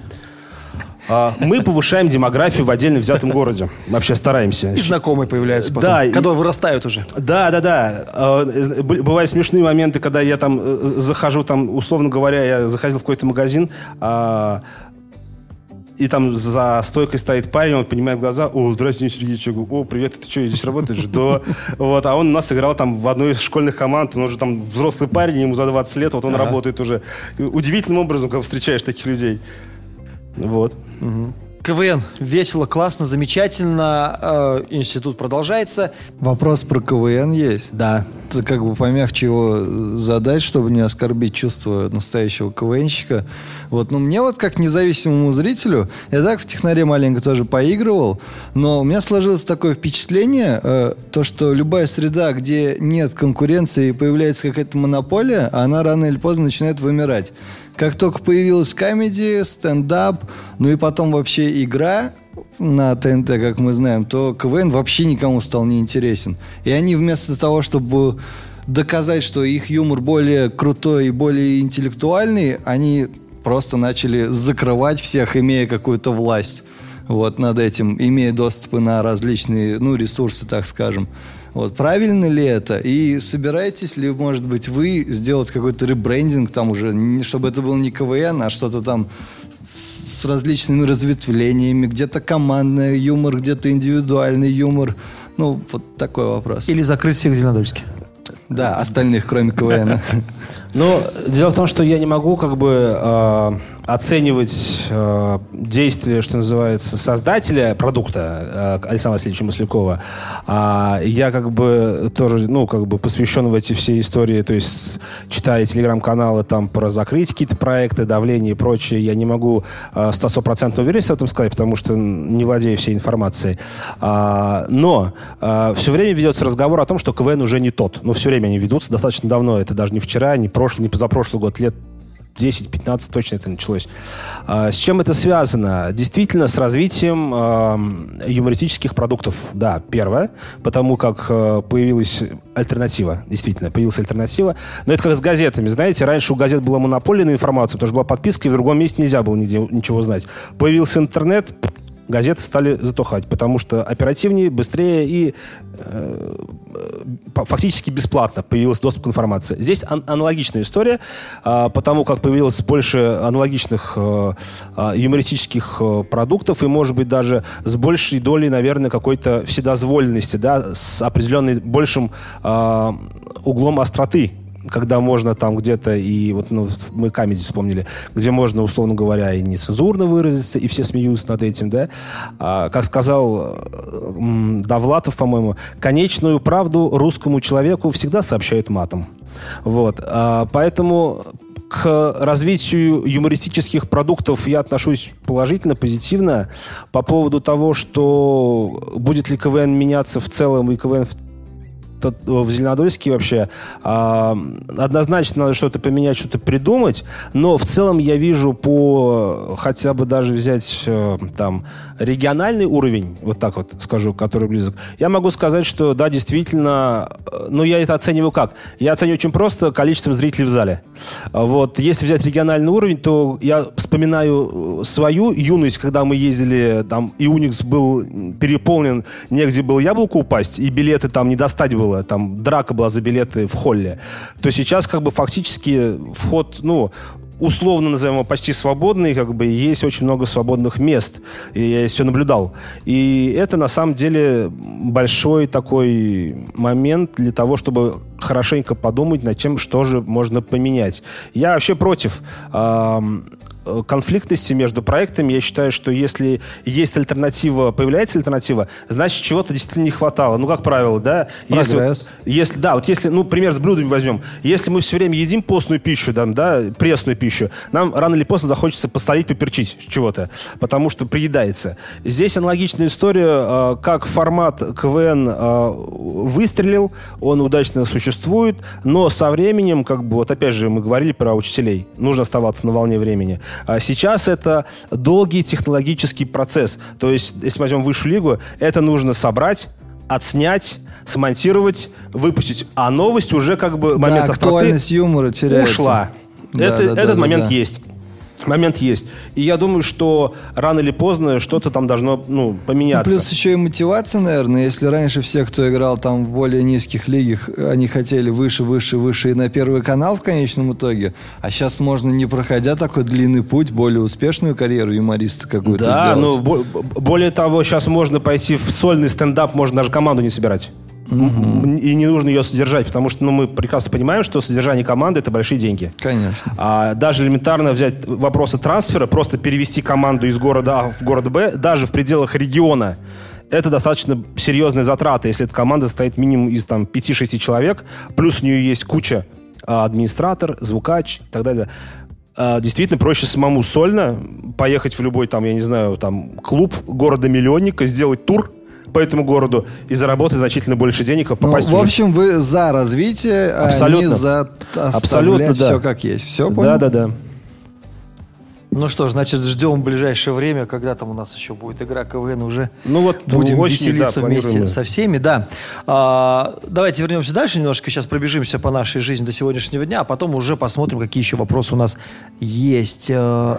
Мы повышаем демографию в отдельно взятом городе. Вообще стараемся. И знакомые появляются потом, да, которые вырастают уже. Да. Бывают смешные моменты, когда я там захожу, там, условно говоря, я заходил в какой-то магазин, и там за стойкой стоит парень, он поднимает глаза, о, здравствуйте, Сергей, я говорю, о, привет, ты что, здесь работаешь? Да. Вот, а он у нас играл там в одной из школьных команд, он уже там взрослый парень, ему за 20 лет, вот он работает уже. Удивительным образом, когда встречаешь таких людей. Вот. КВН. Весело, классно, замечательно. Институт продолжается. Вопрос про КВН есть? Да. Ты как бы помягче его задать, чтобы не оскорбить чувство настоящего КВНщика. Вот, ну, мне вот как независимому зрителю, я так в технаре маленько тоже поигрывал, но у меня сложилось такое впечатление, то, что любая среда, где нет конкуренции и появляется какая-то монополия, она рано или поздно начинает вымирать. Как только появилась комедия, стендап, ну и потом вообще игра на ТНТ, как мы знаем, то КВН вообще никому стал не интересен. И они вместо того, чтобы доказать, что их юмор более крутой и более интеллектуальный, они просто начали закрывать всех, имея какую-то власть вот над этим, имея доступы на различные, ну, ресурсы, так скажем. Вот, правильно ли это? И собираетесь ли, может быть, вы сделать какой-то ребрендинг там уже, чтобы это был не КВН, а что-то там с различными разветвлениями, где-то командный юмор, где-то индивидуальный юмор? Ну, вот такой вопрос. Или закрыть всех в Зеленодольске? Да, остальных, кроме КВН. Но дело в том, что я не могу как бы оценивать действия, что называется, создателя продукта Александра Васильевича Маслякова. Я как бы тоже, ну, как бы посвящен в эти все истории, то есть читая телеграм-каналы там про закрыть какие-то проекты, давление и прочее, я не могу 100% уверенности в этом сказать, потому что не владею всей информацией. Но все время ведется разговор о том, что КВН уже не тот. Ну, все время они ведутся достаточно давно. Это даже не вчера, не прошлый, не позапрошлый год, лет 10-15 точно это началось. С чем это связано? Действительно, с развитием юмористических продуктов. Да, первое, потому как появилась альтернатива. Действительно, появилась альтернатива. Но это как с газетами, знаете. Раньше у газет была монополия на информацию, потому что была подписка, и в другом месте нельзя было ничего знать. Появился интернет, газеты стали затухать, потому что оперативнее, быстрее и фактически бесплатно появился доступ к информации. Здесь аналогичная история, потому как появилось больше аналогичных юмористических продуктов и, может быть, даже с большей долей, наверное, какой-то вседозволенности, да, с определенным большим углом остроты, когда можно там где-то, и вот мы комедий вспомнили, где можно, условно говоря, и нецензурно выразиться, и все смеются над этим, да. Как сказал Довлатов, по-моему, конечную правду русскому человеку всегда сообщают матом. Вот. Поэтому к развитию юмористических продуктов я отношусь положительно, позитивно. По поводу того, что будет ли КВН меняться в целом, и КВН в Зеленодольске вообще однозначно надо что-то поменять, что-то придумать, но в целом я вижу по хотя бы даже взять там региональный уровень, вот так вот скажу, который близок, я могу сказать, что да, действительно, ну я это оцениваю как? Я оцениваю очень просто количеством зрителей в зале. Вот, если взять региональный уровень, то я вспоминаю свою юность, когда мы ездили, там, и Уникс был переполнен, негде было яблоко упасть, и билеты там не достать было. Там драка была за билеты в холле, то сейчас как бы фактически вход, ну, условно назовем его почти свободный, как бы есть очень много свободных мест, и я все наблюдал. И это на самом деле большой такой момент для того, чтобы хорошенько подумать над тем, что же можно поменять. Я вообще против конфликтности между проектами. Я считаю, что если есть альтернатива, появляется альтернатива, значит, чего-то действительно не хватало. Ну, как правило, да? Если, ну, пример с блюдами возьмем. Если мы все время едим постную пищу, да, пресную пищу, нам рано или поздно захочется посолить, поперчить чего-то, потому что приедается. Здесь аналогичная история, как формат КВН выстрелил, он удачно существует, но со временем, как бы, вот опять же, мы говорили про учителей, нужно оставаться на волне времени. А сейчас это долгий технологический процесс. То есть, если мы возьмем высшую лигу, это нужно собрать, отснять, смонтировать, выпустить. А новость уже как бы момент остроты актуальность юмора теряется. Ушла. Этот момент есть. Момент есть. И я думаю, что рано или поздно что-то там должно, ну, поменяться. Плюс еще и мотивация, наверное. Если раньше все, кто играл там в более низких лигах, они хотели выше, выше, выше и на Первый канал в конечном итоге, а сейчас можно, не проходя такой длинный путь, более успешную карьеру юмориста какую-то сделать. Да, ну, более того, сейчас можно пойти в сольный стендап, можно даже команду не собирать. И не нужно ее содержать, потому что, ну, мы прекрасно понимаем, что содержание команды — это большие деньги. Конечно. А даже элементарно взять вопросы трансфера, просто перевести команду из города А в город Б, даже в пределах региона, это достаточно серьезные затраты, если эта команда состоит минимум из там 5-6 человек, плюс у нее есть куча администратор, звукач и так далее. Действительно проще самому сольно поехать в любой там, я не знаю, там клуб города-миллионника, сделать тур по этому городу и заработать значительно больше денег, попасть в общем, вы за развитие, абсолютно. А не за оставлять все как есть. Все понял? Да. Ну что ж, значит, ждем в ближайшее время, когда там у нас еще будет игра КВН, уже ну вот, будем осенью, веселиться вместе со всеми. Да. Давайте вернемся дальше немножко, сейчас пробежимся по нашей жизни до сегодняшнего дня, а потом уже посмотрим, какие еще вопросы у нас есть.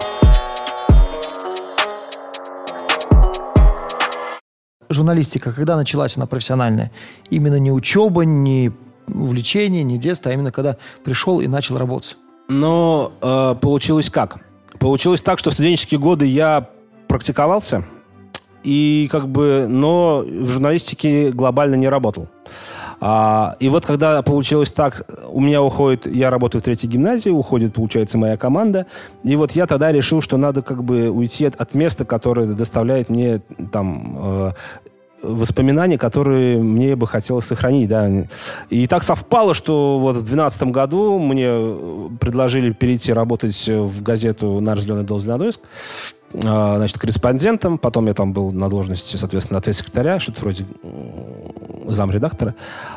Журналистика, когда началась она профессиональная? Именно не учеба, не увлечение, не детство, а именно когда пришел и начал работать. Но получилось как? Получилось так, что в студенческие годы я практиковался, и как бы, но в журналистике глобально не работал. И вот когда получилось так, у меня уходит, я работаю в 3-й гимназии, уходит, получается, моя команда, и вот я тогда решил, что надо как бы уйти от места, которое доставляет мне там воспоминания, которые мне бы хотелось сохранить, да. И так совпало, что вот в 2012 году мне предложили перейти работать в газету «Наш зеленый дол Зеленодольск», значит, корреспондентом. Потом я там был на должности, соответственно, ответ секретаря, что-то вроде замредактора.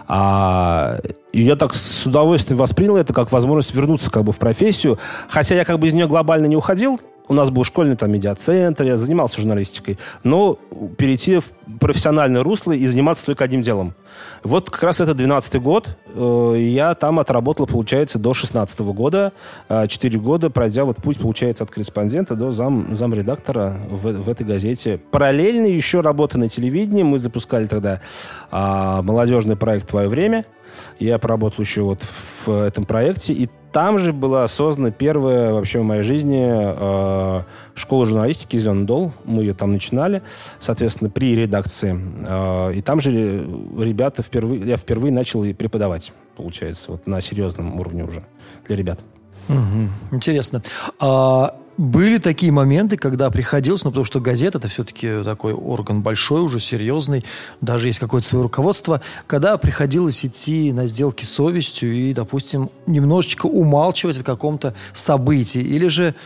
И я так с удовольствием воспринял это как возможность вернуться как бы в профессию. Хотя я как бы из нее глобально не уходил. У нас был школьный там медиацентр, я занимался журналистикой. Но перейти в профессиональное русло и заниматься только одним делом. Вот как раз это 12-й год. Я там отработал, получается, до 16-го года. 4 года, пройдя вот путь, получается, от корреспондента до замредактора в этой газете. Параллельно еще работа на телевидении. Мы запускали тогда молодежный проект «Твое время». Я поработал еще вот в этом проекте. И там же была создана первая вообще в моей жизни школа журналистики «Зеленый дол». Мы ее там начинали, соответственно, при редакции. И там же ребята я впервые начал и преподавать, получается, вот на серьезном уровне уже для ребят. Интересно. Были такие моменты, когда приходилось, потому что газета — это все-таки такой орган большой, уже серьезный, даже есть какое-то свое руководство, когда приходилось идти на сделки с совестью и, допустим, немножечко умалчивать о каком-то событии, или же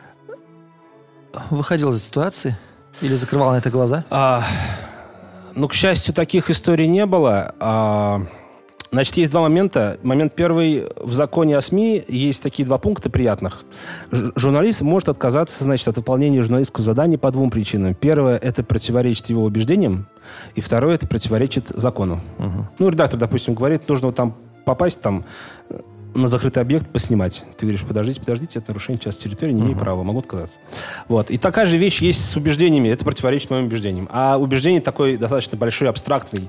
выходил из ситуации, или закрывал на это глаза? К счастью, таких историй не было. Значит, есть два момента. Момент первый. В законе о СМИ есть такие два пункта приятных. Журналист может отказаться, значит, от выполнения журналистского задания по двум причинам. Первое – это противоречит его убеждениям. И второе – это противоречит закону. Редактор, допустим, говорит, нужно там попасть там на закрытый объект, поснимать. Ты говоришь, подождите, это нарушение частной территории, не имею права, могу отказаться. Вот. И такая же вещь есть с убеждениями. Это противоречит моим убеждениям. А убеждение такой достаточно большой, абстрактный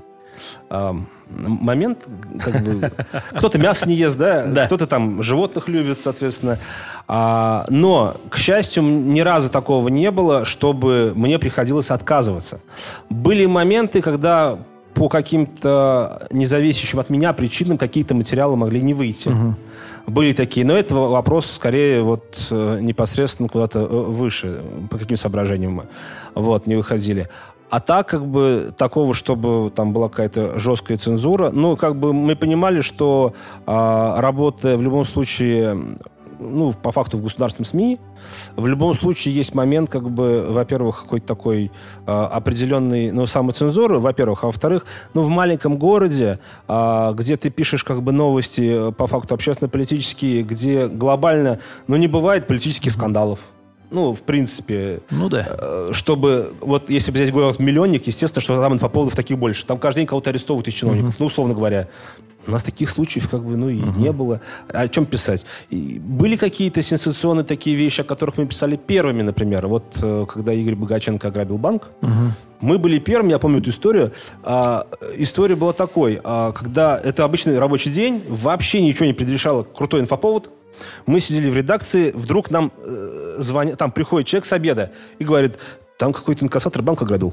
момент, как бы, кто-то мясо не ест, да? Кто-то там животных любит, соответственно. Но, к счастью, ни разу такого не было, чтобы мне приходилось отказываться. Были моменты, когда по каким-то независящим от меня причинам какие-то материалы могли не выйти. Были такие, но это вопрос скорее вот непосредственно куда-то выше, по каким соображениям не выходили. А так, как бы, такого, чтобы там была какая-то жесткая цензура, мы понимали, что работая в любом случае, по факту в государственном СМИ, в любом случае есть момент, как бы, во-первых, какой-то такой определенный, самоцензуры, во-первых, а во-вторых, в маленьком городе, где ты пишешь, как бы, новости, по факту общественно-политические, где глобально, не бывает политических скандалов. В принципе, чтобы, если бы здесь город миллионник, естественно, что там инфоповодов таких больше. Там каждый день кого-то арестовывают из чиновников, условно говоря. У нас таких случаев, как бы, и не было. О чем писать? И были какие-то сенсационные такие вещи, о которых мы писали первыми, например. Когда Игорь Богаченко ограбил банк, мы были первыми, я помню эту историю. История была такой, когда это обычный рабочий день, вообще ничего не предрешало крутой инфоповод. Мы сидели в редакции, вдруг нам звонят, там приходит человек с обеда и говорит, там какой-то инкассатор банк ограбил.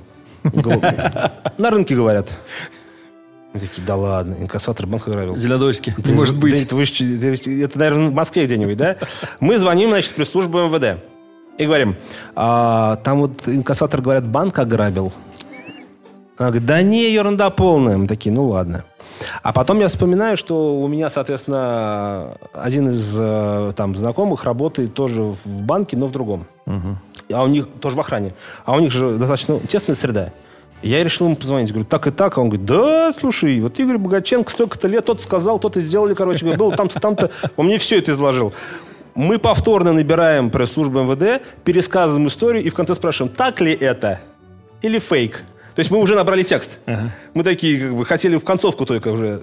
На рынке говорят. Мы такие, да ладно, инкассатор банк ограбил. Зеленодольский, не может быть. Это, наверное, в Москве где-нибудь, да? Мы звоним, значит, в пресс-службу МВД и говорим, там инкассатор, говорят, банк ограбил. Она говорит, да не, ерунда полная. Мы такие, ладно. А потом я вспоминаю, что у меня, соответственно, один из знакомых работает тоже в банке, но в другом. А у них тоже в охране. А у них же достаточно тесная среда. Я решил ему позвонить. Говорю, так и так. А он говорит, да, слушай, Игорь Богаченко столько-то лет, тот сказал, тот и сделали, было там-то, там-то. Он мне все это изложил. Мы повторно набираем пресс-службу МВД, пересказываем историю и в конце спрашиваем, так ли это или фейк. То есть мы уже набрали текст. Мы такие, как бы, хотели в концовку только уже.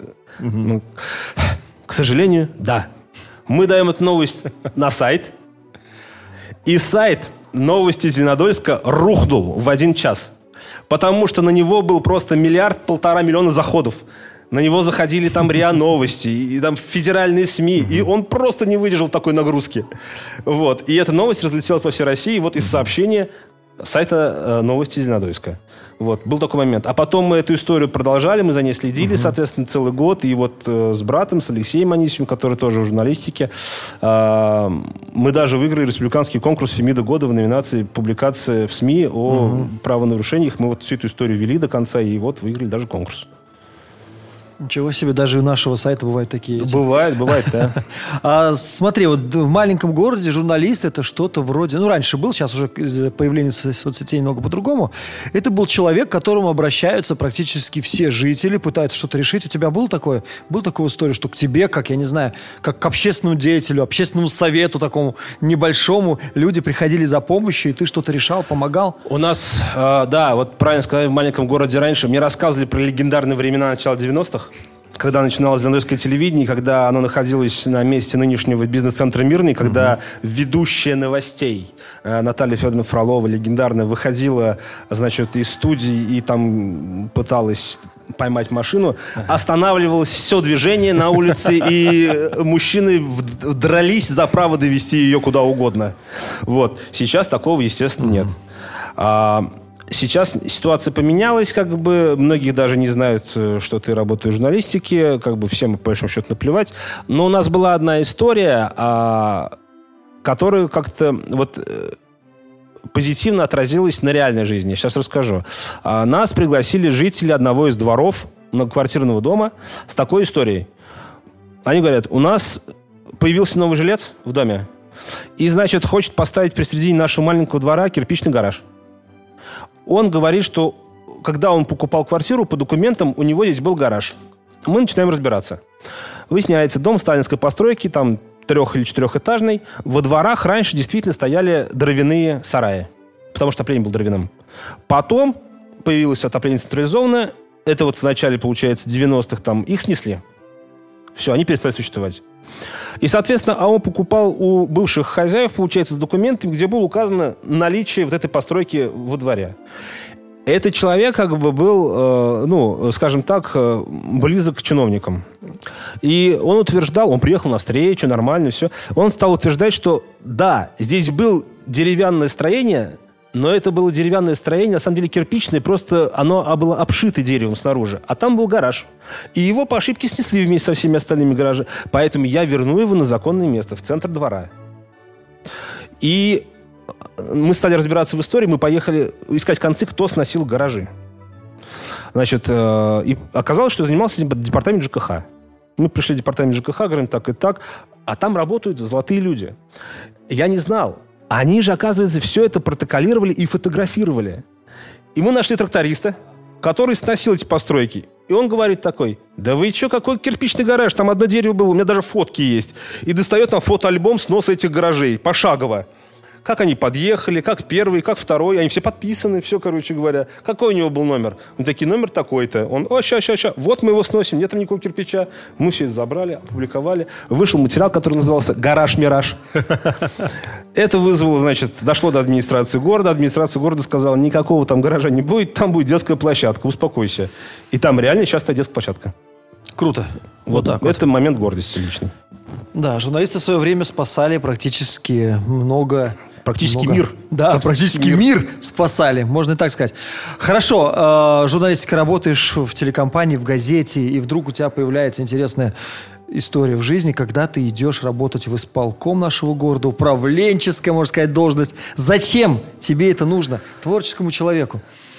К сожалению, да. Мы даем эту новость на сайт. И сайт новости Зеленодольска рухнул в 1 час. Потому что на него был просто 1,5 миллиона заходов. На него заходили там РИА Новости, и там федеральные СМИ. И он просто не выдержал такой нагрузки. И эта новость разлетелась по всей России. Из сообщения сайта новости Зеленодольска. Был такой момент. А потом мы эту историю продолжали, мы за ней следили, соответственно, целый год. И с братом, с Алексеем Анисимовым, который тоже в журналистике, мы даже выиграли республиканский конкурс Фемида года в номинации «Публикация в СМИ о правонарушениях». Мы всю эту историю вели до конца и выиграли даже конкурс. Ничего себе, даже у нашего сайта бывают такие. Бывает, да. Смотри, вот в маленьком городе журналист это что-то вроде... Ну, раньше был, сейчас уже из-за появления соцсетей немного по-другому. Это был человек, к которому обращаются практически все жители, пытаются что-то решить. У тебя был такой история, что к тебе, как, я не знаю, как к общественному деятелю, общественному совету такому небольшому, люди приходили за помощью, и ты что-то решал, помогал? У нас, да, вот правильно сказали, в маленьком городе раньше. Мне рассказывали про легендарные времена начала 90-х. Когда начиналось Ленойское телевидение, когда оно находилось на месте нынешнего бизнес-центра «Мирный», когда ведущая новостей Наталья Федоровна Фролова, легендарная, выходила, значит, из студии и там пыталась поймать машину, останавливалось все движение на улице, и мужчины дрались за право довести ее куда угодно. Вот. Сейчас такого, естественно, нет. Сейчас ситуация поменялась, как бы, многие даже не знают, что ты работаешь в журналистике, как бы всем, по большому счету, наплевать. Но у нас была одна история, которая как-то вот позитивно отразилась на реальной жизни. Я сейчас расскажу. Нас пригласили жители одного из дворов многоквартирного дома с такой историей. Они говорят, у нас появился новый жилец в доме, и, значит, хочет поставить посредине нашего маленького двора кирпичный гараж. Он говорит, что когда он покупал квартиру, по документам у него здесь был гараж. Мы начинаем разбираться. Выясняется, дом сталинской постройки, там 3- или 4-этажный. Во дворах раньше действительно стояли дровяные сараи, потому что отопление было дровяным. Потом появилось отопление централизованное. Это вот в начале, получается, 90-х там их снесли. Все, они перестали существовать. И, соответственно, он покупал у бывших хозяев, получается, с документами, где было указано наличие вот этой постройки во дворе. Этот человек как бы был, скажем так, близок к чиновникам. И он утверждал, он приехал на встречу, нормально все. Он стал утверждать, что да, здесь было деревянное строение, но это было деревянное строение, на самом деле кирпичное, просто оно было обшито деревом снаружи. А там был гараж. И его по ошибке снесли вместе со всеми остальными гаражами. Поэтому я верну его на законное место, в центр двора. И мы стали разбираться в истории, мы поехали искать концы, кто сносил гаражи. Значит, и оказалось, что занимался департамент ЖКХ. Мы пришли в департамент ЖКХ, говорим, так и так, а там работают золотые люди. Я не знал. Они же, оказывается, все это протоколировали и фотографировали. И мы нашли тракториста, который сносил эти постройки. И он говорит такой, да вы что, какой кирпичный гараж, там одно дерево было, у меня даже фотки есть. И достает нам фотоальбом сноса этих гаражей, пошагово. Как они подъехали, как первый, как второй. Они все подписаны, все, короче говоря. Какой у него был номер? Он такой, номер такой-то. Он, ща. Вот мы его сносим, нет там никакого кирпича. Мы все это забрали, опубликовали. Вышел материал, который назывался «Гараж-мираж». Это вызвало, значит, дошло до администрации города. Администрация города сказала, никакого там гаража не будет, там будет детская площадка, успокойся. И там реально сейчас стоит детская площадка. Круто. Вот так. Это момент гордости личный. Да, журналисты в свое время спасали практически много... мир. Да, практически мир спасали, можно и так сказать. Хорошо, журналистика, работаешь в телекомпании, в газете, и вдруг у тебя появляется интересная история в жизни, когда ты идешь работать в исполком нашего города, управленческая, можно сказать, должность. Зачем тебе это нужно, творческому человеку?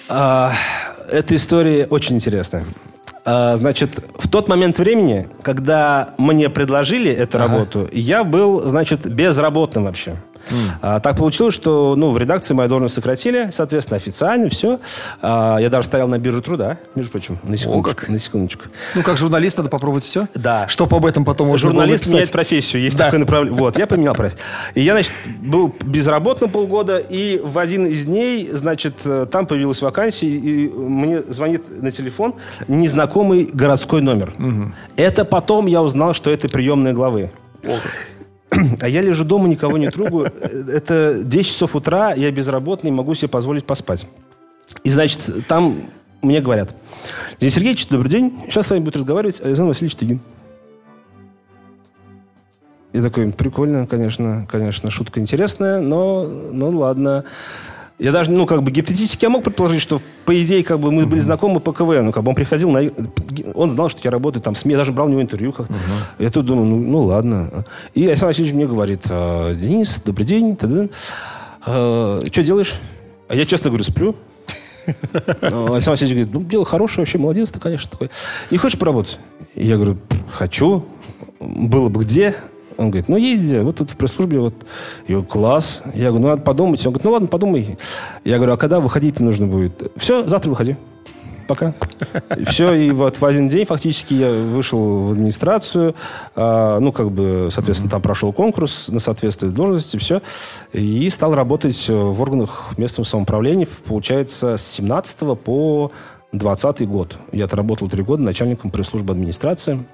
Эта история очень интересная. Значит, в тот момент времени, когда мне предложили эту работу, я был, значит, безработным вообще. Так получилось, что в редакции мою должность сократили, соответственно, официально, все. Я даже стоял на бирже труда, между прочим, на секундочку. Ну, как журналист надо попробовать все? Да. Чтобы об этом потом можно было журналист написать. меняет профессию, есть такое направление. Вот, я поменял профессию. И я, значит, был безработным полгода, и в один из дней, значит, там появилась вакансия, и мне звонит на телефон незнакомый городской номер. Это потом я узнал, что это приемная главы. А я лежу дома, никого не трогаю. Это 10 часов утра, я безработный, могу себе позволить поспать. И, значит, там мне говорят, Денис Сергеевич, добрый день, сейчас с вами будет разговаривать Александр Васильевич Тыгин. Я такой, прикольно, конечно, шутка интересная, но ладно. Я даже, гипотетически я мог предположить, что, по идее, мы были знакомы по КВН. Он приходил, он знал, что я работаю там в СМИ, я даже брал у него интервью как-то. Я тут думаю, ладно. И Александр Васильевич мне говорит, Денис, добрый день. Что делаешь? А я, честно говорю, сплю. Александр Васильевич говорит, ну, дело хорошее, вообще молодец ты, конечно, такой. Не хочешь поработать? Я говорю, хочу. Было бы где? Он говорит, ну, езди, вот тут в пресс-службе, вот. Я говорю, класс. Я говорю, ну, надо подумать. Он говорит, ну, ладно, подумай. Я говорю, а когда выходить нужно будет? Все, завтра выходи. Пока. Все, и вот в один день фактически я вышел в администрацию, соответственно, там прошел конкурс на соответствие должности, все, и стал работать в органах местного самоуправления, получается, с 17 по 20 год. Я отработал 3 года начальником пресс-службы администрации.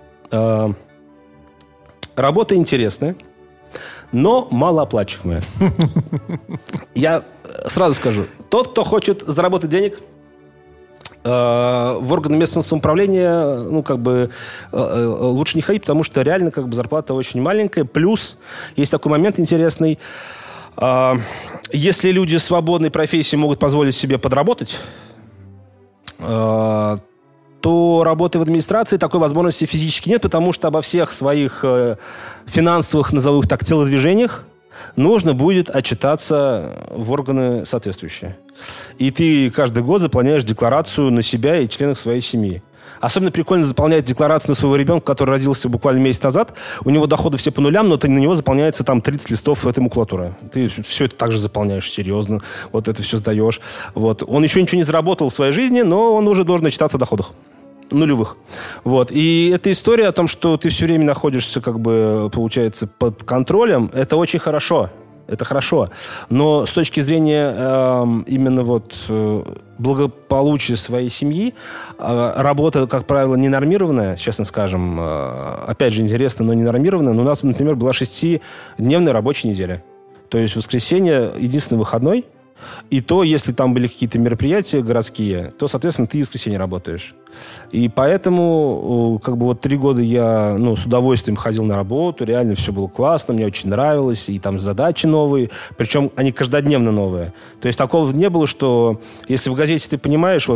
Работа интересная, но малооплачиваемая. Я сразу скажу, тот, кто хочет заработать денег в органы местного самоуправления, лучше не ходить, потому что реально зарплата очень маленькая. Плюс есть такой момент интересный. Если люди свободной профессии могут позволить себе подработать, то работы в администрации такой возможности физически нет, потому что обо всех своих финансовых, назову их так, телодвижениях нужно будет отчитаться в органы соответствующие. И ты каждый год заполняешь декларацию на себя и членов своей семьи. Особенно прикольно заполнять декларацию на своего ребенка, который родился буквально месяц назад. У него доходы все по нулям, но на него заполняется там 30 листов этой макулатуры. Ты все это также заполняешь серьезно. Вот это все сдаешь. Вот. Он еще ничего не заработал в своей жизни, но он уже должен отчитаться о доходах. Нулевых. Вот. И эта история о том, что ты все время находишься, получается, под контролем, это очень хорошо. Это хорошо. Но с точки зрения именно благополучия своей семьи, работа, как правило, ненормированная, честно скажем, опять же, интересно, но ненормированная. Но у нас, например, была 6-дневная рабочая неделя. То есть воскресенье единственный выходной. И то, если там были какие-то мероприятия городские, то, соответственно, ты в воскресенье работаешь. И поэтому, 3 года я, с удовольствием ходил на работу, реально все было классно, мне очень нравилось, и там задачи новые, причем они каждодневно новые. То есть такого не было, что если в газете ты понимаешь,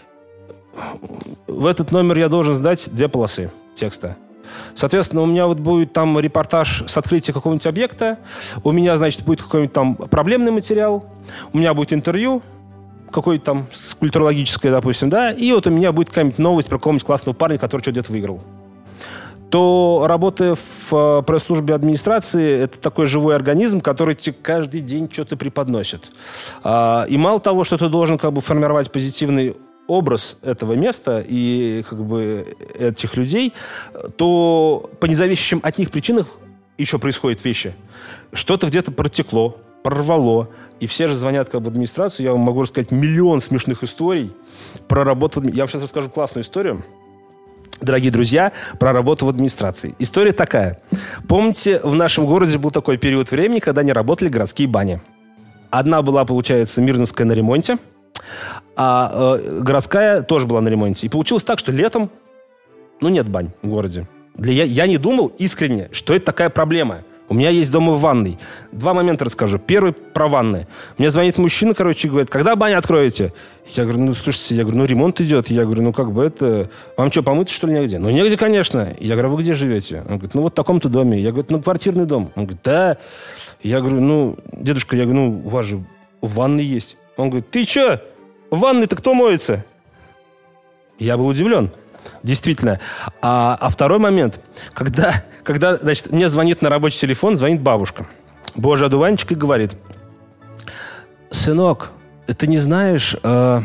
в этот номер я должен сдать 2 полосы текста. Соответственно, у меня будет там репортаж с открытия какого-нибудь объекта, у меня, будет какой-нибудь там проблемный материал, у меня будет интервью, какое-то там культурологическое, допустим, да, и у меня будет какая-нибудь новость про какого-нибудь классного парня, который что-то где-то выиграл. То, работая в пресс-службе администрации, это такой живой организм, который тебе каждый день что-то преподносит. И мало того, что ты должен формировать позитивный образ этого места и этих людей, то по независящим от них причинам еще происходят вещи. Что-то где-то протекло, прорвало, и все же звонят в администрацию. Я вам могу рассказать миллион смешных историй про работу. Я вам сейчас расскажу классную историю, дорогие друзья, про работу в администрации. История такая. Помните, в нашем городе был такой период времени, когда не работали городские бани. Одна была, получается, Мирновская на ремонте, а городская тоже была на ремонте. И получилось так, что летом, нет бань в городе. Я не думал искренне, что это такая проблема. У меня есть дома в ванной. 2 момента расскажу. Первый про ванны. Мне звонит мужчина, говорит, когда баню откроете? Я говорю, слушайте, ремонт идет. Я говорю, вам что, помыться, что ли, негде? Негде, конечно. Я говорю, вы где живете? Он говорит, в таком-то доме. Я говорю, квартирный дом. Он говорит, да. Я говорю, дедушка, у вас же ванны есть. Он говорит, ты что? В ванной-то кто моется? Я был удивлен. Действительно. А второй момент. Когда мне звонит на рабочий телефон, звонит бабушка. Божий одуванчик и говорит, сынок, ты не знаешь,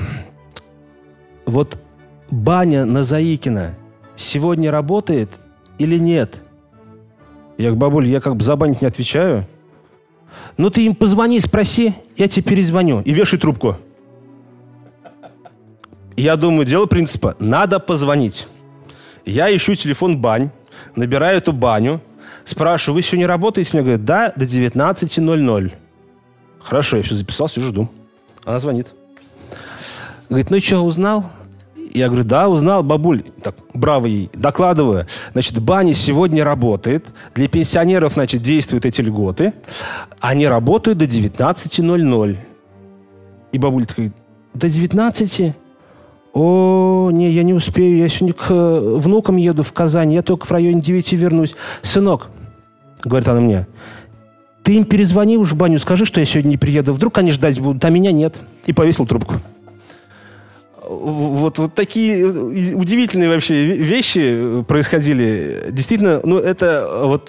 баня на Заикина сегодня работает или нет? Я говорю, бабуль, я за баню не отвечаю. Ты им позвони, спроси, я тебе перезвоню. И вешай трубку. Я думаю, дело принципа. Надо позвонить. Я ищу телефон бань, набираю эту баню, спрашиваю, вы сегодня работаете? Мне говорят, да, до 19:00. Хорошо, я все записал, сижу, жду. Она звонит. Говорит, что, узнал? Я говорю, да, узнал, бабуль. Так, браво ей, докладываю. Баня сегодня работает. Для пенсионеров, действуют эти льготы. Они работают до 19:00. И бабуля такая, до 19? О, не, я не успею, я сегодня к внукам еду в Казань, я только в районе 9 вернусь. Сынок, говорит она мне, ты им перезвони уж в баню, скажи, что я сегодня не приеду. Вдруг они ждать будут, а меня нет. И повесил трубку. вот такие удивительные вообще вещи происходили. Действительно, это вот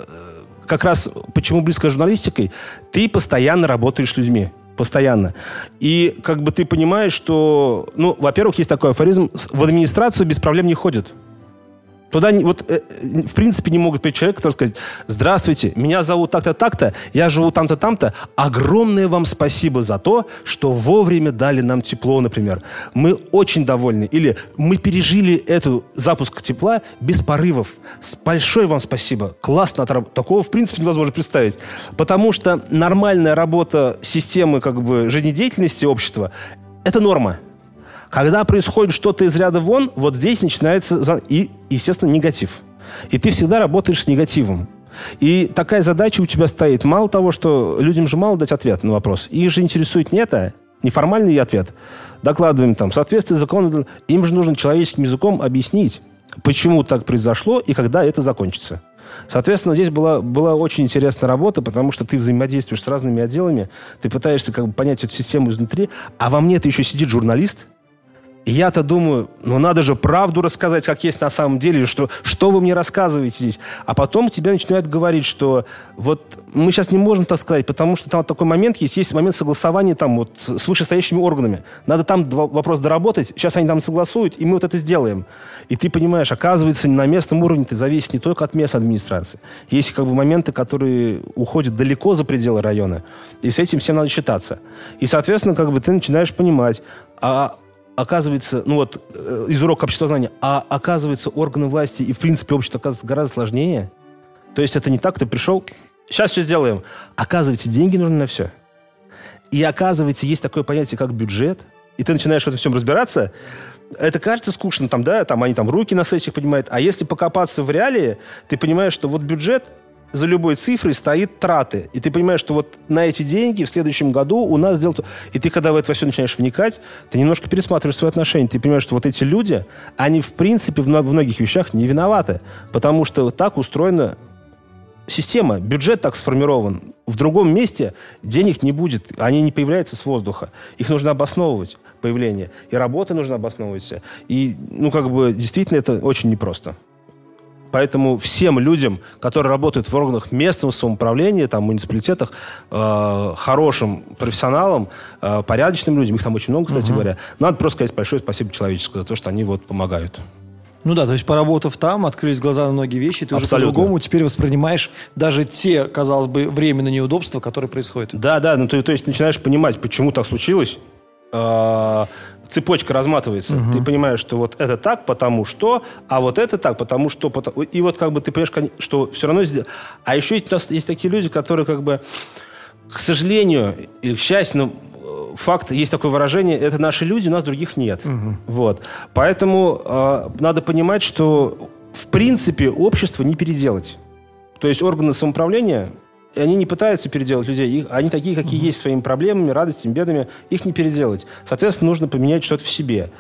как раз почему близко с журналистикой. Ты постоянно работаешь с людьми. Постоянно. И как бы ты понимаешь, что... во-первых, есть такой афоризм. В администрацию без проблем не ходят. Туда в принципе не могут прийти человек, который сказать: здравствуйте, меня зовут так-то, так-то, я живу там-то, там-то. Огромное вам спасибо за то, что вовремя дали нам тепло, например. Мы очень довольны. Или мы пережили эту запуск тепла без порывов. Большое вам спасибо. Классно отработали. Такого в принципе невозможно представить. Потому что нормальная работа системы жизнедеятельности общества – это норма. Когда происходит что-то из ряда вон, вот здесь начинается, естественно, негатив. И ты всегда работаешь с негативом. И такая задача у тебя стоит. Мало того, что людям же мало дать ответ на вопрос. Их же интересует не это, неформальный ответ. Докладываем в соответствии с законом. Им же нужно человеческим языком объяснить, почему так произошло и когда это закончится. Соответственно, здесь была очень интересная работа, потому что ты взаимодействуешь с разными отделами, ты пытаешься понять эту систему изнутри, а во мне-то еще сидит журналист. И я-то думаю, надо же правду рассказать, как есть на самом деле, что вы мне рассказываете здесь. А потом тебе начинают говорить, что вот мы сейчас не можем так сказать, потому что там такой момент есть момент согласования с вышестоящими органами. Надо там вопрос доработать, сейчас они там согласуют, и мы вот это сделаем. И ты понимаешь, оказывается, на местном уровне ты зависишь не только от местной администрации. Есть моменты, которые уходят далеко за пределы района, и с этим всем надо считаться. И, соответственно, ты начинаешь понимать, оказывается, из урока обществознания, оказывается, органы власти и, в принципе, общество оказывается гораздо сложнее. То есть это не так, ты пришел, сейчас все сделаем. Оказывается, деньги нужны на все. И оказывается, есть такое понятие, как бюджет, и ты начинаешь в этом всем разбираться. Это кажется скучно, они руки на сессиях поднимают. А если покопаться в реалии, ты понимаешь, что бюджет за любой цифрой стоит траты. И ты понимаешь, что на эти деньги в следующем году у нас сделают... И ты, когда в это все начинаешь вникать, ты немножко пересматриваешь свои отношения. Ты понимаешь, что эти люди, они, в принципе, в многих вещах не виноваты. Потому что так устроена система. Бюджет так сформирован. В другом месте денег не будет. Они не появляются с воздуха. Их нужно обосновывать, появление. И работы нужно обосновывать. И, действительно, это очень непросто. Поэтому всем людям, которые работают в органах местного самоуправления, муниципалитетах, хорошим профессионалам, порядочным людям, их там очень много, кстати говоря, надо просто сказать большое спасибо человеческое за то, что они помогают. То есть поработав там, открылись глаза на многие вещи, ты уже по-другому теперь воспринимаешь даже те, казалось бы, временные неудобства, которые происходят. Да, то есть начинаешь понимать, почему так случилось. Цепочка разматывается. Ты понимаешь, что это так, потому что, а это так, потому что... И ты понимаешь, что все равно... А еще у нас есть такие люди, которые к сожалению или к счастью, факт, есть такое выражение, это наши люди, у нас других нет. Поэтому надо понимать, что в принципе общество не переделать. То есть органы самоуправления... Они не пытаются переделать людей. Они такие, какие есть, своими проблемами, радостями, бедами. Их не переделать. Соответственно, нужно поменять что-то в себе.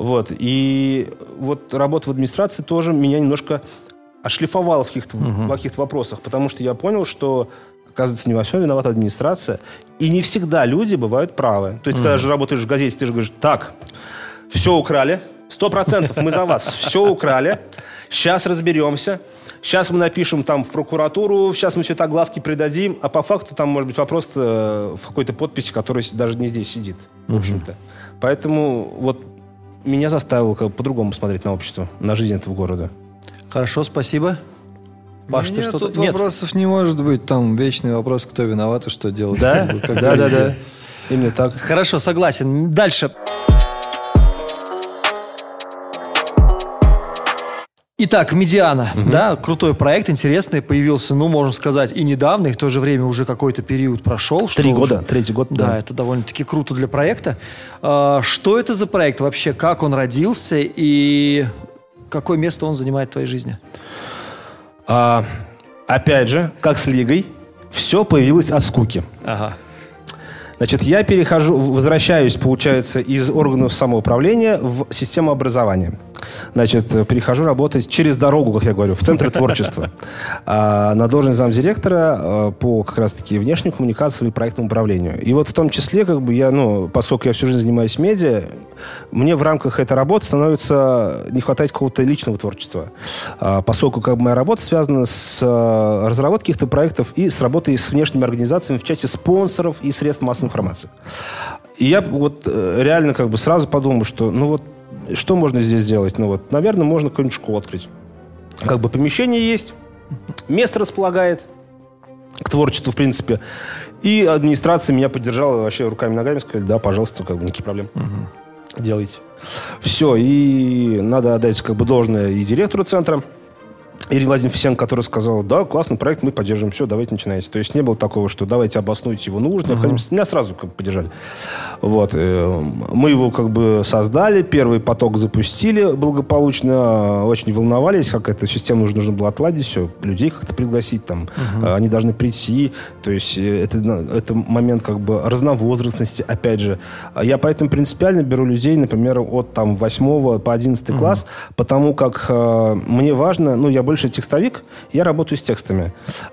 И работа в администрации тоже меня немножко отшлифовала в каких-то вопросах. Потому что я понял, что, оказывается, не во всем виновата администрация. И не всегда люди бывают правы. То есть, когда же работаешь в газете, ты же говоришь: так, все украли, 100% мы за вас, все украли, сейчас разберемся. Сейчас мы напишем в прокуратуру, сейчас мы все это огласке придадим, а по факту может быть вопрос в какой-то подписи, которая даже не здесь сидит, в общем-то. Поэтому меня заставило по-другому смотреть на общество, на жизнь этого города. Хорошо, спасибо. Паш, Нет, тут вопросов не может быть. Там вечный вопрос, кто виноват и что делать. Да? Да. Именно так. Хорошо, согласен. Дальше. Итак, «Медиана», крутой проект, интересный, появился, можно сказать, и недавно, и в то же время уже какой-то период прошел. 3 года, третий год. Да, это довольно-таки круто для проекта. Что это за проект вообще, как он родился и какое место он занимает в твоей жизни? Опять же, как с Лигой, все появилось от скуки. Значит, я возвращаюсь, получается, из органов самоуправления в систему образования. Значит, перехожу работать через дорогу, как я говорю, в Центре творчества. На должность замдиректора по как раз-таки внешней коммуникации и проектному управлению. И вот в том числе, как бы я, поскольку я всю жизнь занимаюсь медиа, мне в рамках этой работы становится не хватать какого-то личного творчества. Поскольку как бы моя работа связана с разработкой каких-то проектов и с работой с внешними организациями в части спонсоров и средств массовой информации. И я вот реально как бы сразу подумал, что что можно здесь сделать? Наверное, можно какую-нибудь школу открыть. Как бы помещение есть, место располагает к творчеству, в принципе. И администрация меня поддержала вообще руками и ногами, сказали, да, пожалуйста, как бы никаких проблем. Делайте. Все, и надо отдать как бы должное и директору центра, Ирине Владимировне Фисенко, которая сказала, да, классный проект, мы поддерживаем, все, давайте начинайте. То есть не было такого, что давайте обоснуйте его нужно, необходимость. Меня сразу как бы поддержали. Вот. Мы его как бы создали, первый поток запустили благополучно, очень волновались, как эту систему нужно было отладить, все, людей как-то пригласить, там, они должны прийти. То есть это момент как бы разновозрастности, опять же. Я поэтому принципиально беру людей, например, от там 8 по 11 класс, потому как мне важно, я больше текстовик, я работаю с текстами.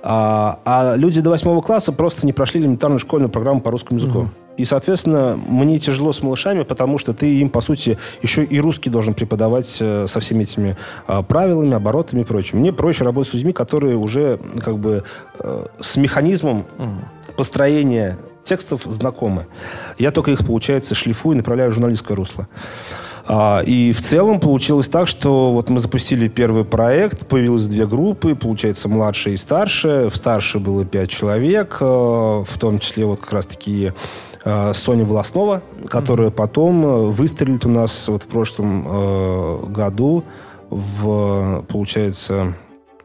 А люди до 8 класса просто не прошли элементарную школьную программу по русскому языку. И, соответственно, мне тяжело с малышами, потому что ты им, по сути, еще и русский должен преподавать со всеми этими правилами, оборотами и прочим. Мне проще работать с людьми, которые уже как бы с механизмом построения текстов знакомы. Я только их, получается, шлифую и направляю в журналистское русло. И в целом получилось так, что вот мы запустили первый проект, появилось 2 группы, получается, младшая и старшая. В старшей было 5 человек, в том числе вот как раз-таки Соня Волоснова, которая потом выстрелит у нас вот в прошлом году в, получается,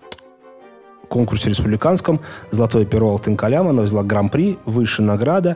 конкурсе республиканском «Золотое перо Алтын-Калям». Она взяла гран-при, высшая награда.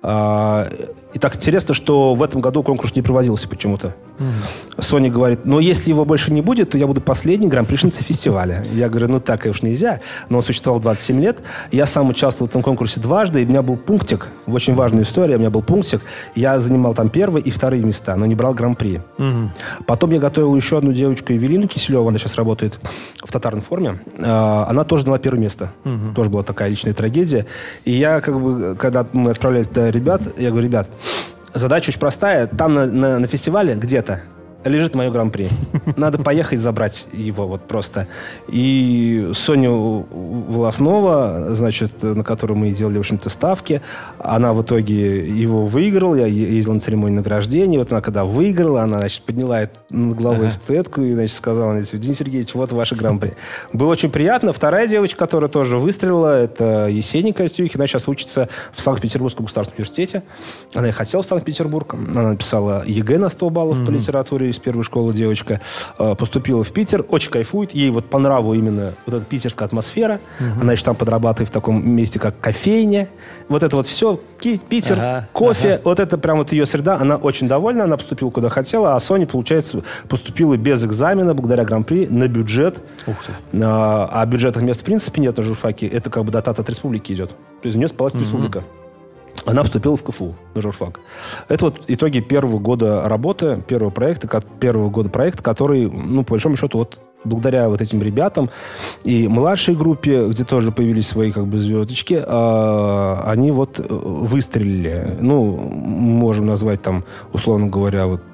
И так интересно, что в этом году конкурс не проводился почему-то. Соня говорит, если его больше не будет, то я буду последней гран-пришницей фестиваля. Я говорю, так, конечно, нельзя. Но он существовал 27 лет. Я сам участвовал в этом конкурсе дважды, и у меня был пунктик, очень важная история, у меня был пунктик. Я занимал там 1 и 2 места, но не брал гран-при. Потом я готовил еще одну девочку, Евелину Киселеву, она сейчас работает в тотарной форме. Она тоже заняла 1 место. Тоже была такая личная трагедия. И я, как бы, когда мы отправляли туда ребят, я говорю, ребят, задача очень простая. Там на фестивале где-то лежит мое гран-при. Надо поехать забрать его вот просто. И Соню Волоснова, значит, на которую мы делали, в общем-то, ставки, она в итоге его выиграла. Я ездил на церемонию награждения. Вот она когда выиграла, она, значит, подняла над головой статуэтку и, значит, сказала, Денис Сергеевич, вот ваше гран-при. Было очень приятно. Вторая девочка, которая тоже выстрелила, это Есения Костюхина. Она сейчас учится в Санкт-Петербургском государственном университете. Она и хотела в Санкт-Петербург. Она написала ЕГЭ на 100 баллов по литературе из первой школы девочка, поступила в Питер, очень кайфует, ей вот по нраву именно вот эта питерская атмосфера, она еще там подрабатывает в таком месте, как кофейня, вот это вот все, Питер, кофе, вот это прям вот ее среда, она очень довольна, она поступила куда хотела, а Соня, получается, поступила без экзамена, благодаря гран-при, на бюджет, а бюджетных мест в принципе нет на журфаке, это как бы дотат от республики идет, то есть у нее спалась республика. Она поступила в КФУ на журфак. Это вот итоги первого года работы, первого года проекта, который, по большому счету, вот благодаря вот этим ребятам и младшей группе, где тоже появились свои как бы звездочки, они вот выстрелили. Можем назвать там, условно говоря, вот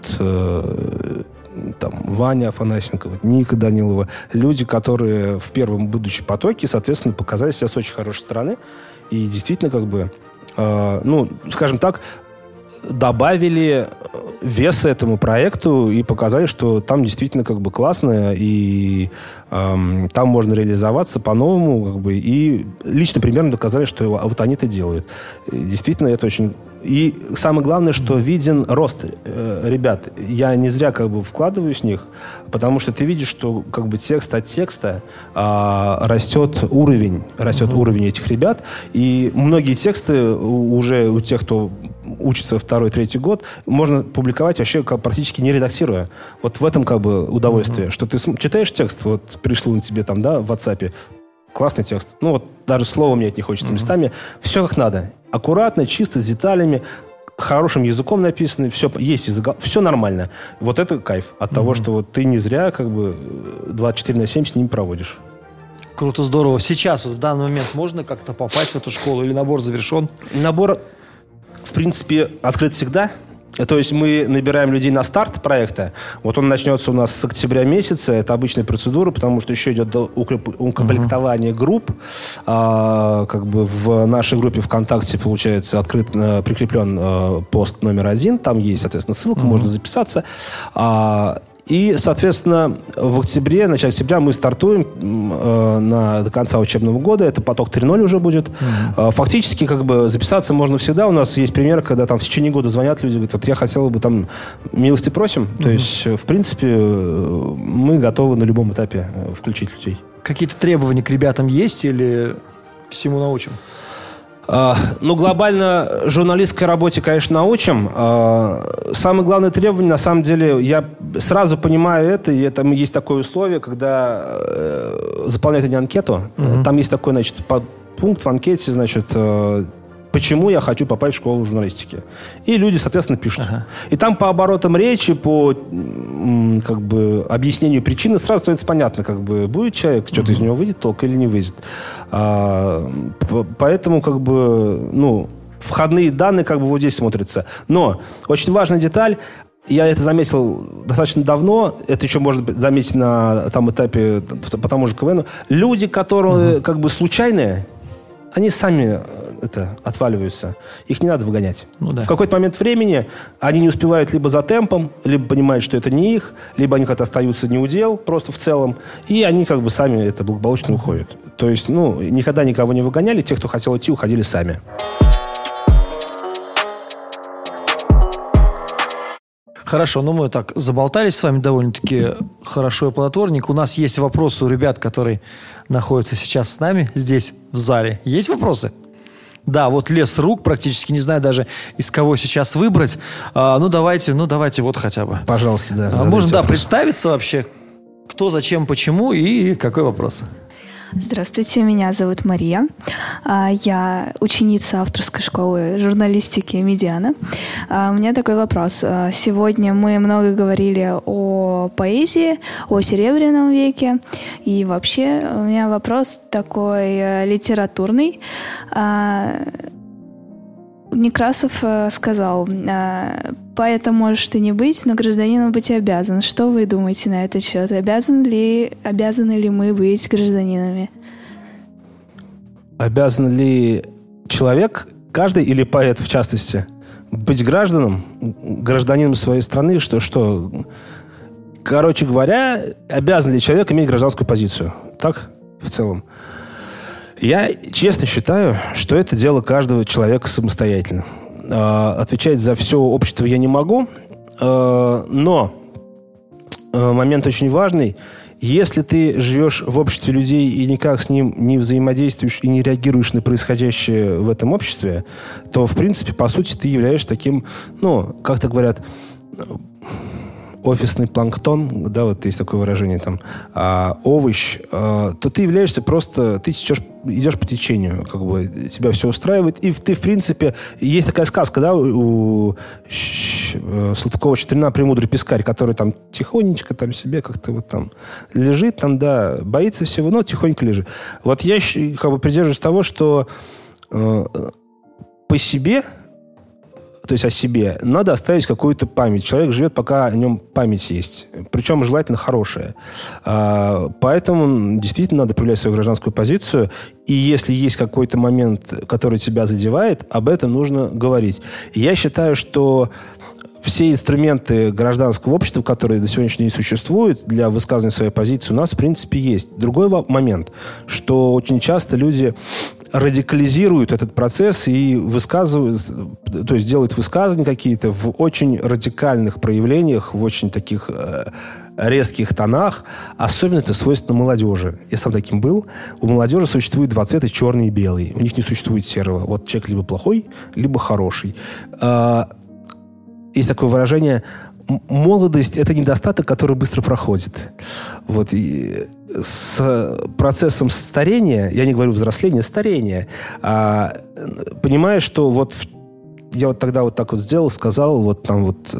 там Ваня Афанасенко, Ника Данилова. Люди, которые в первом будучи потоке, соответственно, показали себя с очень хорошей стороны. И действительно, как бы скажем так, добавили веса этому проекту и показали, что там действительно как бы классно, и там можно реализоваться по-новому, как бы, и лично примерно доказали, что вот они это делают. И действительно, это очень... И самое главное, что виден рост ребят. Я не зря как бы вкладываюсь в них, потому что ты видишь, что как бы текст от текста растет уровень этих ребят. И многие тексты уже у тех, кто учится 2-3 год, можно публиковать вообще практически не редактируя. Вот в этом как бы удовольствие, что ты читаешь текст, вот пришло на тебе там, да, в WhatsApp, классный текст. Даже слово менять не хочется местами. Все как надо. Аккуратно, чисто, с деталями. хорошим языком написаны, все есть язык, все нормально. Вот это кайф от того, что вот ты не зря как бы 24/7 с ними проводишь. Круто, здорово. Сейчас, вот в данный момент, можно как-то попасть в эту школу или набор завершен? Набор, в принципе, открыт всегда. То есть мы набираем людей на старт проекта. Вот он начнется у нас с октября месяца. Это обычная процедура, потому что еще идет укомплектование групп. Как бы в нашей группе ВКонтакте, получается, прикреплен пост номер 1. Там есть, соответственно, ссылка, можно записаться. И, соответственно, в октябре, начале октября мы стартуем до конца учебного года. Это поток 3.0 уже будет. Фактически, как бы, записаться можно всегда. У нас есть пример, когда там в течение года звонят люди, говорят, вот я хотел бы там милости просим. То есть, в принципе, мы готовы на любом этапе включить людей. Какие-то требования к ребятам есть или всему научим? Ну, глобально журналистской работе, конечно, научим. Самое главное требование, на самом деле, я сразу понимаю это, и это есть такое условие, когда заполняют они анкету, там есть такой, значит, пункт в анкете, значит, почему я хочу попасть в школу журналистики. И люди, соответственно, пишут. И там по оборотам речи, по как бы объяснению причины сразу становится понятно, как бы будет человек, что-то из него выйдет толк или не выйдет. Поэтому, как бы, ну, входные данные как бы вот здесь смотрятся. Но очень важная деталь, я это заметил достаточно давно, это еще можно заметить на там этапе по тому же КВНу. Люди, которые как бы случайные, они сами отваливаются. Их не надо выгонять. Ну, да. В какой-то момент времени они не успевают либо за темпом, либо понимают, что это не их, либо они как-то остаются неудел просто в целом, и они как бы сами это благополучно уходят. То есть, ну, никогда никого не выгоняли, те, кто хотел идти, уходили сами. Хорошо, ну мы так заболтались с вами довольно-таки хорошо и плодотворненько. У нас есть вопросы у ребят, которые находятся сейчас с нами здесь, в зале. Есть вопросы? Да, вот лес рук, практически не знаю даже, из кого сейчас выбрать. Ну, давайте вот хотя бы. Пожалуйста, да. Можно, представиться вообще, кто, зачем, почему и какой вопрос. Здравствуйте, меня зовут Мария. Я ученица авторской школы журналистики «Медиана». У меня такой вопрос. Сегодня мы много говорили о поэзии, о Серебряном веке. И вообще у меня вопрос такой литературный. Некрасов сказал: поэтом можешь ты не быть, но гражданином быть обязан. Что вы думаете на этот счет? Обязаны ли мы быть гражданинами? Обязан ли человек, каждый или поэт в частности, быть гражданином своей страны? Что? Короче говоря, обязан ли человек иметь гражданскую позицию? Так, в целом. Я честно считаю, что это дело каждого человека самостоятельно. Отвечать за все общество я не могу, но момент очень важный. Если ты живешь в обществе людей и никак с ним не взаимодействуешь и не реагируешь на происходящее в этом обществе, то, в принципе, по сути, ты являешься таким, ну, как-то говорят, офисный планктон, да, вот есть такое выражение, там, овощ, то ты являешься просто, ты идешь по течению, как бы, тебя все устраивает, и ты, в принципе, есть такая сказка, да, у Салтыкова-Щедрина «Премудрый пескарь», который там тихонечко там себе как-то вот там лежит, там, да, боится всего, но тихонько лежит. Вот я как бы придерживаюсь того, что по себе, то есть о себе, надо оставить какую-то память. Человек живет, пока о нем память есть. Причем желательно хорошая. Поэтому действительно надо проявлять свою гражданскую позицию. И если есть какой-то момент, который тебя задевает, об этом нужно говорить. И я считаю, что все инструменты гражданского общества, которые до сегодняшнего дня существуют для высказывания своей позиции, у нас, в принципе, есть. Другой момент, что очень часто люди радикализируют этот процесс и высказывают, то есть делают высказывания какие-то в очень радикальных проявлениях, в очень таких резких тонах. Особенно это свойственно молодежи. Я сам таким был. У молодежи существует два цвета, черный и белый. У них не существует серого. Вот человек либо плохой, либо хороший. Есть такое выражение: молодость – это недостаток, который быстро проходит. Вот. И с процессом старения, я не говорю взросления, старения, понимаешь, что вот я вот тогда вот так вот сделал, сказал, вот там вот...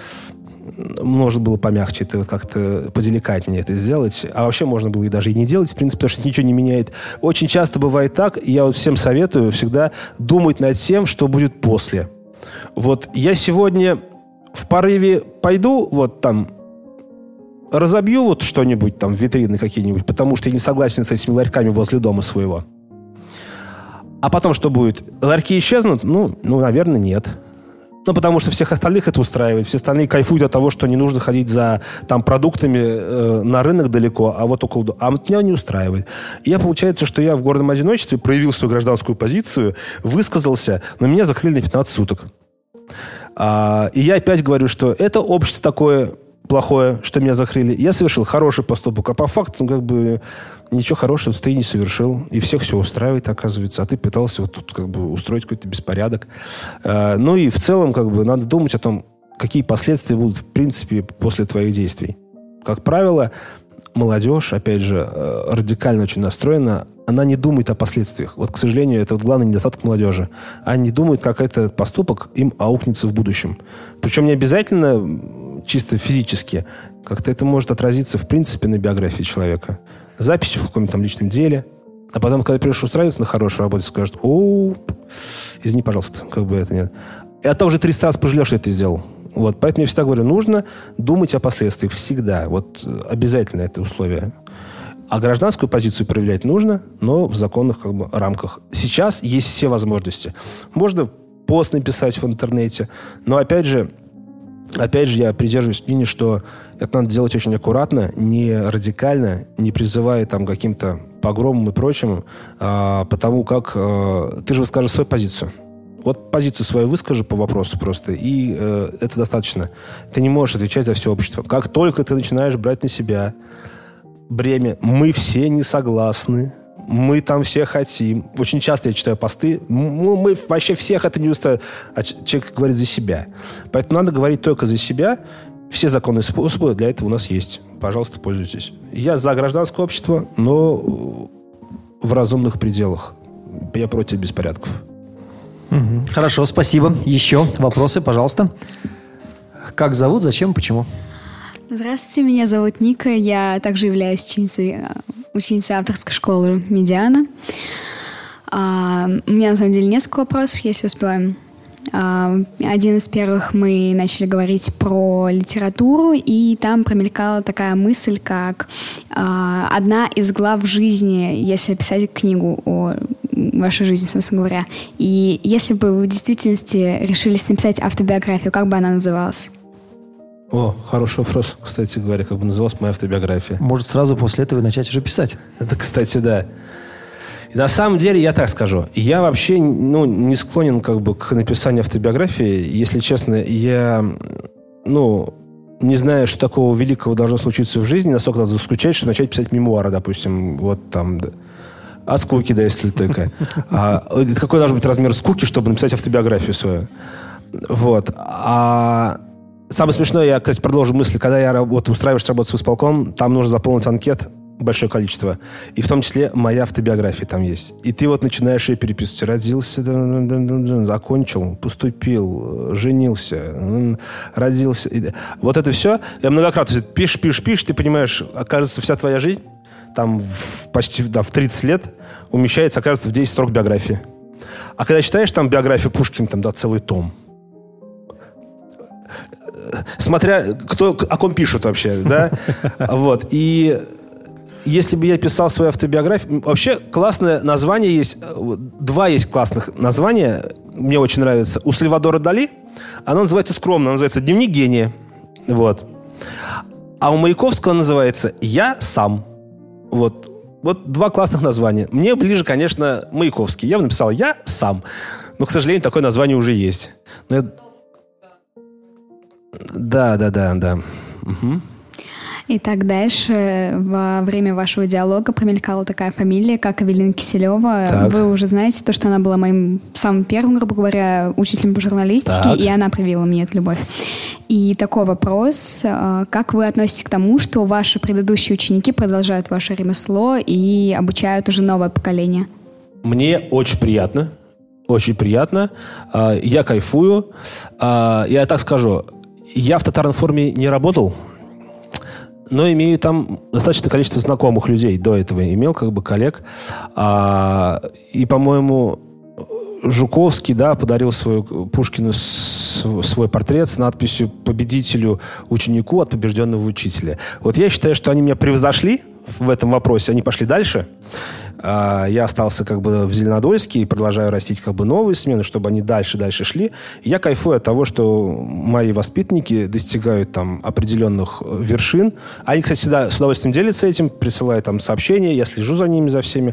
Можно было помягче, это вот как-то поделикатнее это сделать. А вообще можно было и даже и не делать, в принципе, потому что ничего не меняет. Очень часто бывает так, и я вот всем советую всегда думать над тем, что будет после. Вот я сегодня в порыве пойду, вот там, разобью вот что-нибудь там, витрины какие-нибудь, потому что я не согласен с этими ларьками возле дома своего. А потом что будет? Ларьки исчезнут? Ну, наверное, нет. Ну, потому что всех остальных это устраивает. Все остальные кайфуют от того, что не нужно ходить за там, продуктами на рынок далеко, а вот около дома. А меня не устраивает. И получается, что я в гордом одиночестве проявил свою гражданскую позицию, высказался, но меня закрыли на 15 суток. И я опять говорю, что это общество такое плохое, что меня закрыли. Я совершил хороший поступок, а по факту, как бы, ничего хорошего ты и не совершил. И всех все устраивает, оказывается. А ты пытался вот тут, как бы, устроить какой-то беспорядок. Ну и в целом, как бы, надо думать о том, какие последствия будут, в принципе, после твоих действий. Как правило, молодежь, опять же, радикально очень настроена, она не думает о последствиях. Вот, к сожалению, это вот главный недостаток молодежи. Они не думают, как этот поступок им аукнется в будущем. Причем не обязательно чисто физически. Как-то это может отразиться, в принципе, на биографии человека. Записи в каком-то там личном деле. А потом, когда придешь устраиваться на хорошую работу, скажут: извини, пожалуйста, как бы это нет. И а то уже 300 раз пожалел, что это сделал. Вот, поэтому я всегда говорю, нужно думать о последствиях. Всегда. Вот обязательно это условие. А гражданскую позицию проявлять нужно, но в законных, как бы, рамках. Сейчас есть все возможности. Можно пост написать в интернете, но опять же, я придерживаюсь мнения, что это надо делать очень аккуратно, не радикально, не призывая там каким-то погромам и прочему, потому как ты же выскажешь свою позицию. Вот позицию свою выскажи по вопросу просто, и это достаточно. Ты не можешь отвечать за все общество. Как только ты начинаешь брать на себя бремя, мы все не согласны, мы там все хотим. Очень часто я читаю посты, мы вообще всех это не устраивает. А человек говорит за себя. Поэтому надо говорить только за себя. Все законные способы для этого у нас есть. Пожалуйста, пользуйтесь. Я за гражданское общество, но в разумных пределах. Я против беспорядков. Хорошо, спасибо. Еще вопросы, пожалуйста. Как зовут, зачем, почему? Здравствуйте, меня зовут Ника. Я также являюсь ученицей авторской школы «Медиана». У меня, на самом деле, несколько вопросов, если успеваем. Один из первых, мы начали говорить про литературу, и там промелькала такая мысль, как одна из глав жизни, если писать книгу о вашей жизни, собственно говоря. И если бы вы в действительности решились написать автобиографию, как бы она называлась? О, хороший вопрос, кстати говоря, как бы называлась моя автобиография. Может, сразу после этого и начать уже писать? Это, кстати, да. И на самом деле, я так скажу, я вообще не склонен как бы к написанию автобиографии. Если честно, я не знаю, что такого великого должно случиться в жизни, настолько надо скучать, чтобы начать писать мемуары, допустим, вот там... От скуки, да, если только. Какой должен быть размер скуки, чтобы написать автобиографию свою? Вот. Самое смешное, я, кстати, продолжу мысль, когда я устраиваешься работать с исполком, там нужно заполнить анкет, большое количество, и в том числе моя автобиография там есть. И ты вот начинаешь ее переписывать. Родился, закончил, поступил, женился, родился. Вот это все. Я многократно пишешь, ты понимаешь, окажется, вся твоя жизнь там почти в 30 лет умещается, оказывается, в 10 строк биографии. А когда читаешь там биографию Пушкина, там, да, целый том. Смотря о ком пишут вообще, да? Вот. И если бы я писал свою автобиографию... Вообще классное название есть. Два есть классных названия. Мне очень нравится. У Сальвадора Дали оно называется скромно. Оно называется «Дневник гения». Вот. А у Маяковского называется «Я сам». Вот два классных названия. Мне ближе, конечно, Маяковский. Я бы написал «Я сам». Но, к сожалению, такое название уже есть. Да. Угу. Итак, дальше во время вашего диалога промелькала такая фамилия, как Эвелина Киселева. Так. Вы уже знаете то, что она была моим самым первым, грубо говоря, учителем по журналистике, так. И она привила мне эту любовь. И такой вопрос, как вы относитесь к тому, что ваши предыдущие ученики продолжают ваше ремесло и обучают уже новое поколение? Мне очень приятно. очень приятно. Я кайфую. Я так скажу, я в Татаринформе не работал, но имею там достаточное количество знакомых людей до этого. Имел как бы коллег. И, по-моему, Жуковский, да, подарил Пушкину свой портрет с надписью «Победителю ученику от побежденного учителя». Вот я считаю, что они меня превзошли в этом вопросе, они пошли дальше. Я остался как бы в Зеленодольске и продолжаю растить как бы новые смены, чтобы они дальше шли. И я кайфую от того, что мои воспитанники достигают там определенных вершин. Они, кстати, всегда с удовольствием делятся этим, присылают там сообщения, я слежу за ними, за всеми.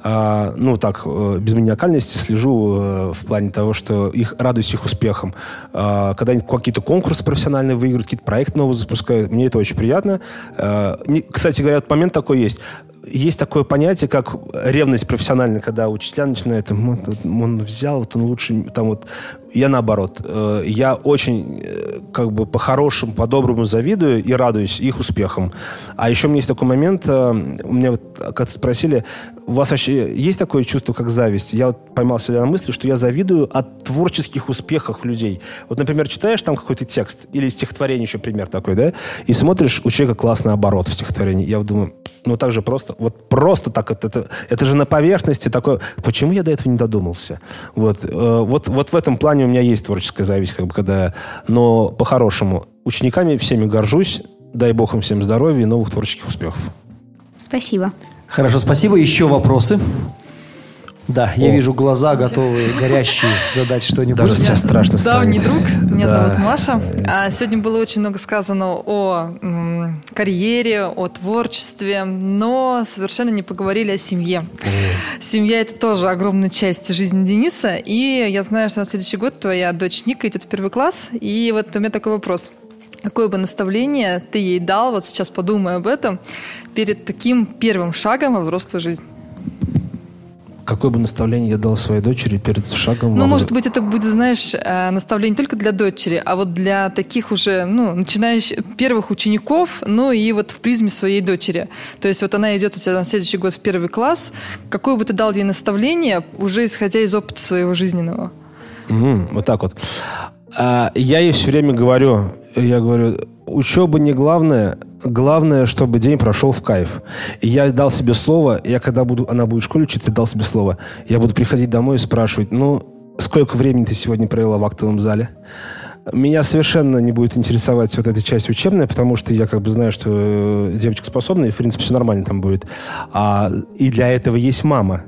Без маниакальности слежу в плане того, что радуюсь их успехам. Когда они какие-то конкурсы профессиональные выигрывают, какие-то проекты новые запускают, мне это очень приятно. Кстати говоря, момент такой есть. Есть такое понятие, как ревность профессиональная, когда учителя начинают, он взял, он лучше, там вот, я наоборот. Я очень, как бы, по-хорошему, по-доброму завидую и радуюсь их успехам. А еще у меня есть такой момент, меня вот как-то спросили, у вас вообще есть такое чувство, как зависть? Я вот поймал себя на мысли, что я завидую от творческих успехов людей. Вот, например, читаешь там какой-то текст или стихотворение, еще пример такой, да, и смотришь, у человека классный оборот в стихотворении. Я вот думаю, так же просто так, это же на поверхности такое. Почему я до этого не додумался? Вот в этом плане у меня есть творческая зависть, как бы, но по-хорошему учениками всеми горжусь, дай бог им всем здоровья и новых творческих успехов. Спасибо. Хорошо, спасибо. Еще вопросы? Да, я вижу глаза готовые, горящие задать что-нибудь. Даже все страшно давний станет. друг, меня зовут Маша. Сегодня было очень много сказано о карьере, о творчестве, но совершенно не поговорили о семье. Семья — это тоже огромная часть жизни Дениса, и я знаю, что на следующий год твоя дочь Ника идет в 1 класс, и вот у меня такой вопрос. Какое бы наставление ты ей дал, вот сейчас подумай об этом, перед таким первым шагом во взрослую жизнь? Какое бы наставление я дал своей дочери перед шагом? Может быть, это будет, знаешь, наставление не только для дочери, а вот для таких уже, начинающих первых учеников, и вот в призме своей дочери. То есть вот она идет у тебя на следующий год в 1 класс. Какое бы ты дал ей наставление, уже исходя из опыта своего жизненного? Вот так вот. Я ей все время говорю, учеба не главное, главное, чтобы день прошел в кайф. И я дал себе слово, когда она будет в школе учиться, дал себе слово, я буду приходить домой и спрашивать, сколько времени ты сегодня провела в актовом зале? Меня совершенно не будет интересовать вот эта часть учебная, потому что я как бы знаю, что девочка способна, и, в принципе, все нормально там будет. И для этого есть мама.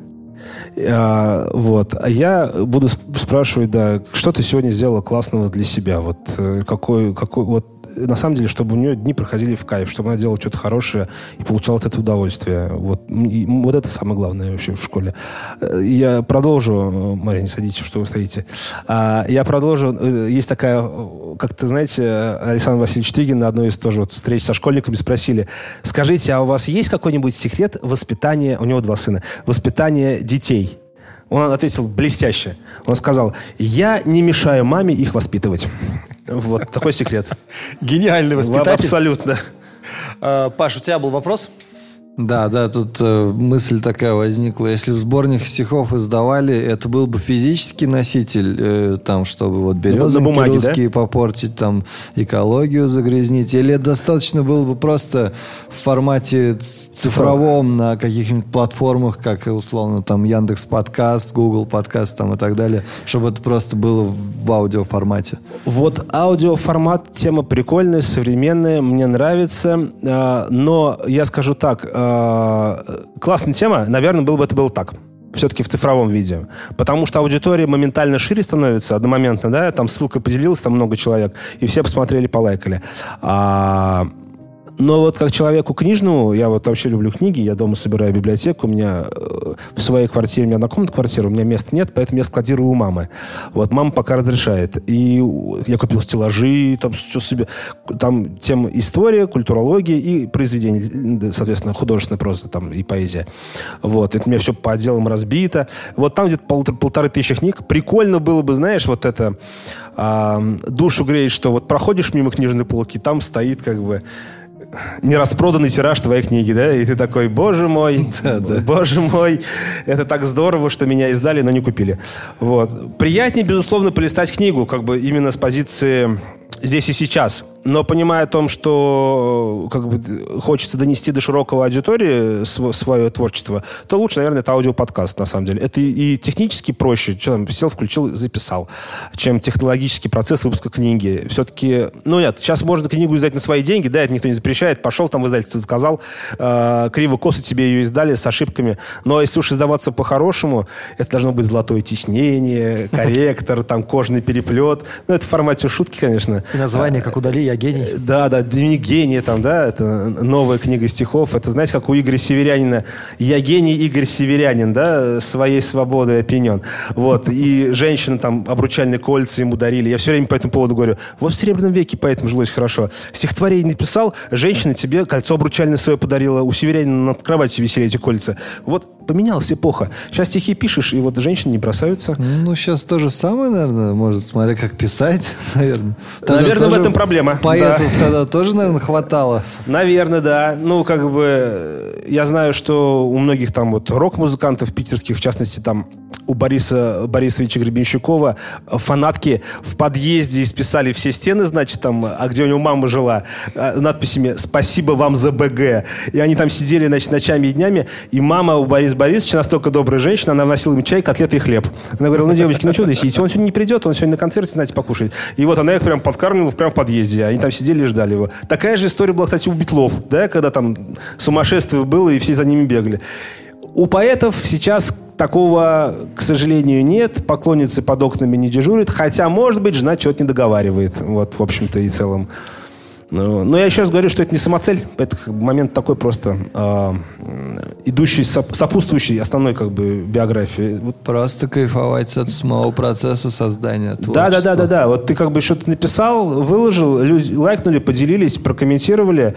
А я буду спрашивать, что ты сегодня сделала классного для себя, какой на самом деле, чтобы у нее дни проходили в кайф, чтобы она делала что-то хорошее и получала от этого удовольствие. Вот это самое главное вообще в школе. Я продолжу, Мария, не садитесь, что вы стоите. Я продолжу. Есть такая, как-то, знаете, Александр Васильевич Тыгин на одной из тоже встреч со школьниками спросили, скажите, а у вас есть какой-нибудь секрет воспитания, у него 2 сына, воспитания детей? Он ответил блестяще. Он сказал, я не мешаю маме их воспитывать. Вот такой секрет. Гениальный воспитатель. Абсолютно. Паш, у тебя был вопрос? Да, тут мысль такая возникла. Если в сборник стихов издавали, это был бы физический носитель, там, чтобы вот березоньки бумаге, русские попортить, там, экологию загрязнить, или это достаточно было бы просто в формате цифровом на каких-нибудь платформах, как, условно, там, Яндекс.Подкаст, Google Подкаст, там, и так далее, чтобы это просто было в аудиоформате? Вот аудиоформат, тема прикольная, современная, мне нравится, но я скажу так, классная тема, наверное, это было так. Все-таки в цифровом виде. Потому что аудитория моментально шире становится, одномоментно, да, там ссылка поделилась, там много человек, и все посмотрели, полайкали. Но вот как человеку книжному, я вот вообще люблю книги, я дома собираю библиотеку, у меня в своей квартире, у меня однокомнатная квартира, у меня места нет, поэтому я складирую у мамы. Вот мама пока разрешает. И я купил стеллажи, там все себе, там тема история, культурология и произведения, соответственно, художественная проза там и поэзия. Вот, это у меня все по отделам разбито. Вот там где-то 1500 книг. Прикольно было бы, знаешь, вот это душу греет, что вот проходишь мимо книжной полки, там стоит как бы нераспроданный тираж твоей книги, да? И ты такой, боже мой, боже мой, это так здорово, что меня издали, но не купили. Вот. Приятнее, безусловно, полистать книгу, как бы именно с позиции здесь и сейчас. Но понимая о том, что как бы хочется донести до широкого аудитории свое творчество, то лучше, наверное, это аудиоподкаст, на самом деле. Это и технически проще, что там, сел, включил, записал, чем технологический процесс выпуска книги. Все-таки, ну нет, сейчас можно книгу издать на свои деньги, да, это никто не запрещает, пошел там в издательство, заказал, криво-косо тебе ее издали с ошибками. Но если уж издаваться по-хорошему, это должно быть золотое тиснение, корректор, там кожаный переплет. Ну, это в формате шутки, конечно. И название, как удали, «Я гений». Да, дневник гения, там, да, это новая книга стихов. Это, знаете, как у Игоря Северянина. «Я гений, Игорь Северянин», да, своей свободой опьянен. Вот, и женщины там обручальные кольца ему дарили. Я все время по этому поводу говорю, вот в Серебряном веке поэтому жилось хорошо. Стихотворение написал, женщина тебе кольцо обручальное свое подарила, у Северянина над кроватью висели эти кольца. Вот поменялась эпоха. Сейчас стихи пишешь, и вот женщины не бросаются. Ну, сейчас то же самое, наверное, может, смотря как писать, наверное. Наверное, в этом проблема. Поэтов тогда тоже, наверное, хватало. Наверное, да. Ну, как бы, я знаю, что у многих там вот рок-музыкантов питерских, в частности, там у Бориса Борисовича Гребенщикова фанатки в подъезде исписали все стены, значит, там, где у него мама жила, надписями «Спасибо вам за БГ». И они там сидели, значит, ночами и днями, и мама у Бориса Борисовича, настолько добрая женщина, она вносила им чай, котлеты и хлеб. Она говорила, ну, девочки, ну, что вы сидите? Он сегодня не придет, он сегодня на концерте, знаете, покушает. И вот она их прям подкармливала прямо в подъезде, они там сидели и ждали его. Такая же история была, кстати, у Битлов, да, когда там сумасшествие было, и все за ними бегали. У поэтов сейчас такого, к сожалению, нет. Поклонницы под окнами не дежурят. Хотя, может быть, жена чего-то не договаривает. Вот, в общем-то, и целом. Но я еще раз говорю, что это не самоцель. Это момент такой просто идущий, сопутствующий основной как бы биографии. Вот. Просто кайфовать от самого процесса создания творчества. Да. Вот ты как бы что-то написал, выложил, люди лайкнули, поделились, прокомментировали.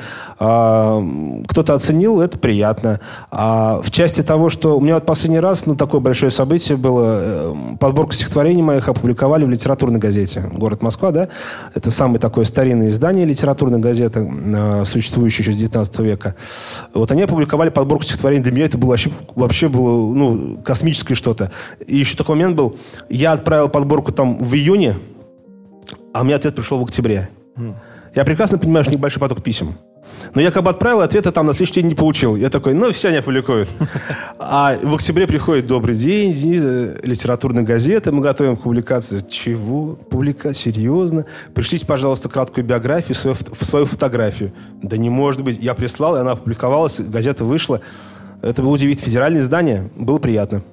Кто-то оценил, это приятно. А в части того, что у меня вот последний раз, такое большое событие было, подборку стихотворений моих опубликовали в литературной газете «Город Москва», да? Это самое такое старинное издание литературной газеты, существующая еще с 19 века. Вот они опубликовали подборку стихотворений. Для меня это было вообще было космическое что-то. И еще такой момент был. Я отправил подборку там в июне, а у меня ответ пришел в октябре. Я прекрасно понимаю, что небольшой поток писем. Но я как бы отправил, ответа там на следующий день не получил. Я такой, все, они опубликуют. А в октябре приходит «Добрый день, литературная газета, мы готовим к публикации». Чего? Серьезно? Пришлите, пожалуйста, краткую биографию, свою фотографию. Да не может быть. Я прислал, и она опубликовалась, газета вышла. Это было удивительно. Федеральное издание. Было приятно.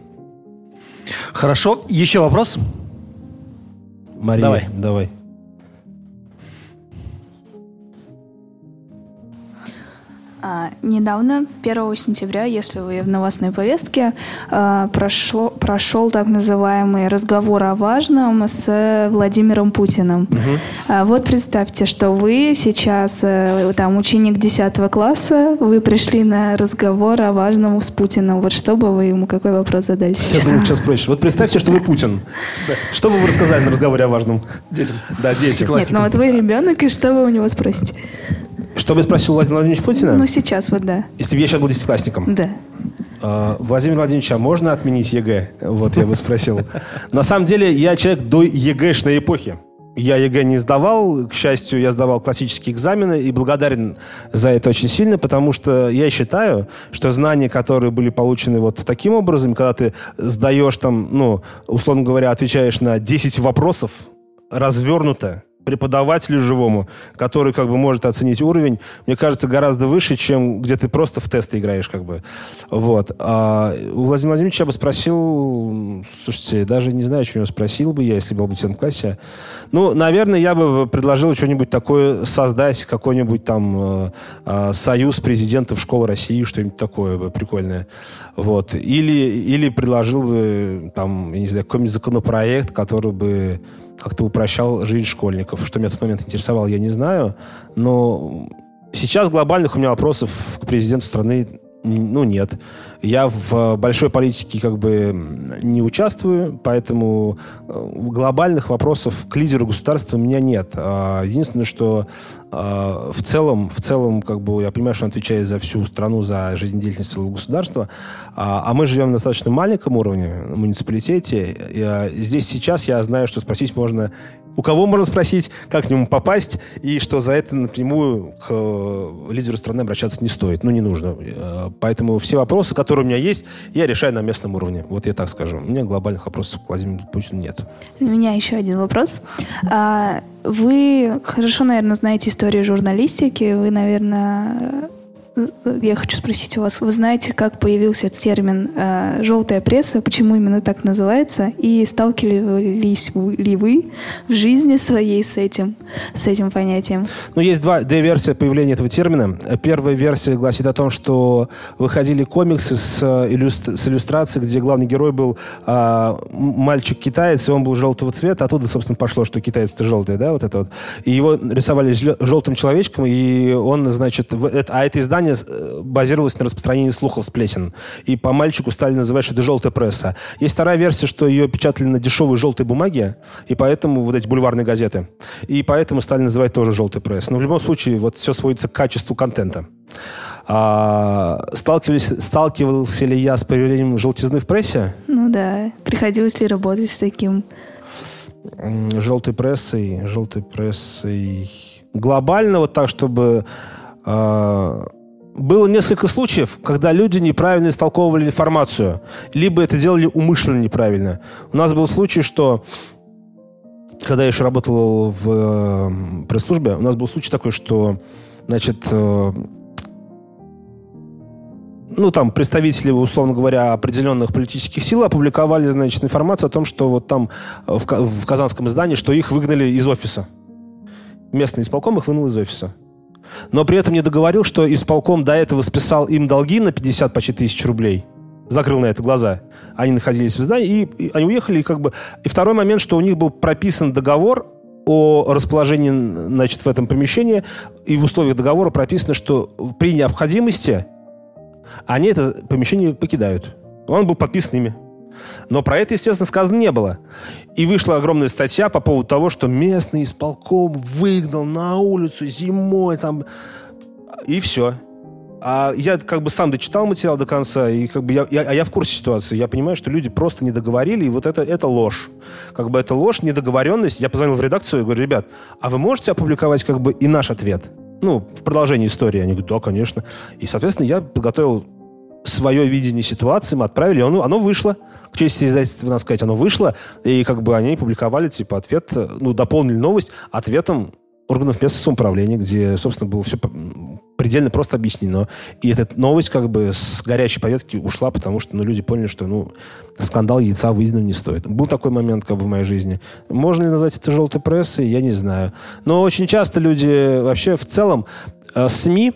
Хорошо. Еще вопрос? Мария, давай. Недавно, 1 сентября, если вы в новостной повестке, прошел так называемый разговор о важном с Владимиром Путиным. Вот представьте, что вы сейчас там ученик 10 класса, вы пришли на разговор о важном с Путиным. Вот что бы вы ему, какой вопрос задали сейчас? Сейчас проще. Вот представьте, что вы Путин. Что бы вы рассказали на разговоре о важном? Детям. Да, детям. Нет, вот вы ребенок, и что вы у него спросите? Что бы я спросил Владимира Владимировича Путина? Сейчас вот, да. Если бы я сейчас был десятиклассником? Да. Владимир Владимирович, а можно отменить ЕГЭ? Вот я бы спросил. На самом деле, я человек до ЕГЭшной эпохи. Я ЕГЭ не сдавал. К счастью, я сдавал классические экзамены и благодарен за это очень сильно, потому что я считаю, что знания, которые были получены вот таким образом, когда ты сдаешь там, условно говоря, отвечаешь на 10 вопросов развернуто, преподавателю живому, который как бы может оценить уровень, мне кажется, гораздо выше, чем где ты просто в тесты играешь как бы. Вот. А у Владимира Владимировича я бы спросил, слушайте, даже не знаю, что у него спросил бы я, если был бы в 10 классе. Наверное, я бы предложил что-нибудь такое создать, какой-нибудь там союз президентов школ России, что-нибудь такое бы прикольное. Вот. Или предложил бы там, я не знаю, какой-нибудь законопроект, который бы как-то упрощал жизнь школьников. Что меня в тот момент интересовало, я не знаю. Но сейчас глобальных у меня вопросов к президенту страны Ну, нет. Я в большой политике как бы не участвую, поэтому глобальных вопросов к лидеру государства у меня нет. Единственное, что в целом, как бы я понимаю, что он отвечает за всю страну, за жизнедеятельность целого государства, а мы живем на достаточно маленьком уровне, в муниципалитете. Здесь сейчас я знаю, что спросить можно... У кого можно спросить, как к нему попасть, и что за это напрямую к лидеру страны обращаться не стоит. Ну, не нужно. Поэтому все вопросы, которые у меня есть, я решаю на местном уровне. Вот я так скажу. У меня глобальных вопросов к Владимиру Путину нет. У меня еще один вопрос. Вы хорошо, наверное, знаете историю журналистики. Вы, наверное... Я хочу спросить у вас, вы знаете, как появился термин «желтая пресса», почему именно так называется, и сталкивались ли вы в жизни своей с этим понятием? Ну, есть две версии появления этого термина. Первая версия гласит о том, что выходили комиксы с иллюстрацией, где главный герой был мальчик-китаец, и он был желтого цвета. Оттуда, собственно, пошло, что китаец-то желтый, да, вот это вот. И его рисовали желтым человечком, и он, значит, это издание базировалось на распространении слухов сплетен. И по мальчику стали называть, что это желтая пресса. Есть вторая версия, что ее печатали на дешевой желтой бумаге, и поэтому вот эти бульварные газеты. И поэтому стали называть тоже желтой прессой. Но в любом случае вот все сводится к качеству контента. Сталкивался ли я с появлением желтизны в прессе? Ну да. Приходилось ли работать с таким? Желтой прессой. Глобально вот так, чтобы... Было несколько случаев, когда люди неправильно истолковывали информацию, либо это делали умышленно неправильно. У нас был случай, что, когда я еще работал в пресс-службе, у нас был случай такой, что, значит, там представители, условно говоря, определенных политических сил опубликовали, значит, информацию о том, что вот там в казанском издании, что их выгнали из офиса. Местный исполком их выгнал из офиса. Но при этом не договорил, что исполком до этого списал им долги на 50 почти тысяч рублей. Закрыл на это глаза. Они находились в здании, и они уехали. И второй момент, что у них был прописан договор о расположении, значит, в этом помещении, и в условиях договора прописано, что при необходимости они это помещение покидают. Он был подписан ими. Но про это, естественно, сказано не было. И вышла огромная статья по поводу того, что местный исполком выгнал на улицу зимой. Там, и все. А я как бы сам дочитал материал до конца, и как бы я в курсе ситуации. Я понимаю, что люди просто не договорили, и вот это ложь. Как бы это ложь, недоговоренность. Я позвонил в редакцию и говорю: ребят, а вы можете опубликовать как бы и наш ответ? В продолжении истории. Они говорят: да, конечно. И, соответственно, я подготовил свое видение ситуации, мы отправили, оно вышло. К чести издательства, надо сказать, оно вышло, и как бы они публиковали, типа, ответ, дополнили новость ответом органов местного самоуправления, где, собственно, было все предельно просто объяснено. И эта новость как бы с горячей повестки ушла, потому что люди поняли, что скандал яйца выеденного не стоит. Был такой момент как бы в моей жизни. Можно ли назвать это желтой прессой, я не знаю. Но очень часто люди вообще в целом СМИ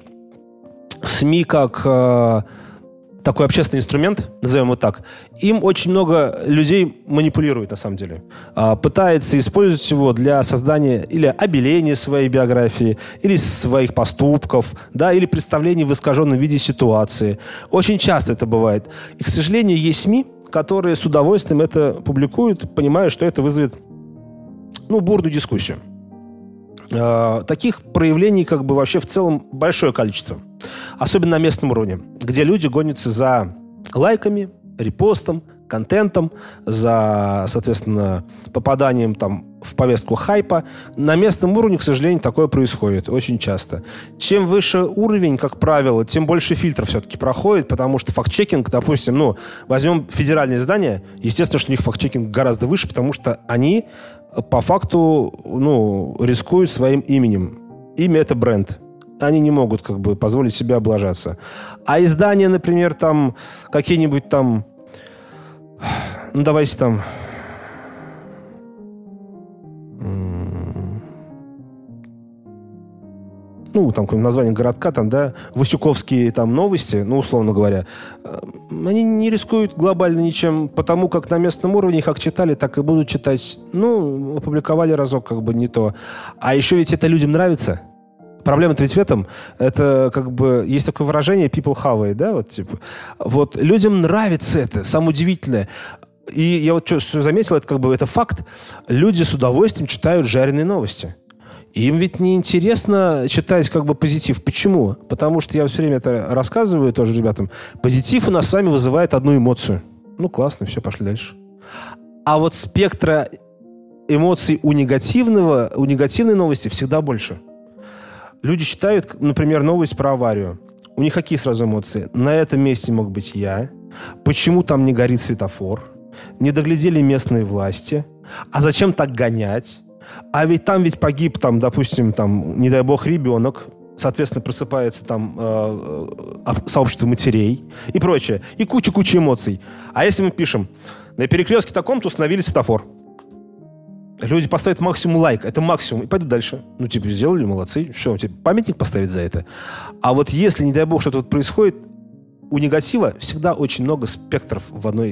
как... такой общественный инструмент, назовем его так, им очень много людей манипулирует, на самом деле. Пытается использовать его для создания или обеления своей биографии, или своих поступков, да, или представления в искаженном виде ситуации. Очень часто это бывает. И, к сожалению, есть СМИ, которые с удовольствием это публикуют, понимая, что это вызовет, бурную дискуссию. Таких проявлений как бы вообще в целом большое количество. Особенно на местном уровне, где люди гонятся за лайками, репостом, контентом, за, соответственно, попаданием там в повестку хайпа. На местном уровне, к сожалению, такое происходит очень часто. Чем выше уровень, как правило, тем больше фильтров все-таки проходит, потому что фактчекинг, допустим, возьмем федеральные издания, естественно, что у них фактчекинг гораздо выше, потому что они по факту, рискуют своим именем. Имя — это бренд. Они не могут как бы позволить себе облажаться. А издания, например, там какие-нибудь там, давайте там, там какое-нибудь название городка, там, да, Васюковские там новости, условно говоря, они не рискуют глобально ничем, потому как на местном уровне их как читали, так и будут читать. Опубликовали разок, как бы не то. А еще ведь это людям нравится. проблема-то ведь в этом. Это как бы... Есть такое выражение people have it, да? Вот, типа. Вот людям нравится это. Самое удивительное. И я вот что заметил, это как бы это факт. Люди с удовольствием читают жареные новости. Им ведь не интересно читать как бы позитив. Почему? Потому что я все время это рассказываю тоже ребятам. Позитив у нас с вами вызывает одну эмоцию. Ну, классно, все, пошли дальше. А вот спектра эмоций у негативной новости всегда больше. Люди читают, например, новость про аварию. У них какие сразу эмоции? На этом месте мог быть я. Почему там не горит светофор? Не доглядели местные власти. А зачем так гонять? А ведь там ведь погиб, там, допустим, там, не дай бог, ребенок. Соответственно, просыпается там сообщество матерей и прочее. И куча эмоций. А если мы пишем, на перекрестке таком-то установили светофор. Люди поставят максимум лайк. Это максимум. И пойдут дальше. Ну, типа, сделали, молодцы. Что, тебе памятник поставить за это? А вот если, не дай бог, что-то происходит, у негатива всегда очень много спектров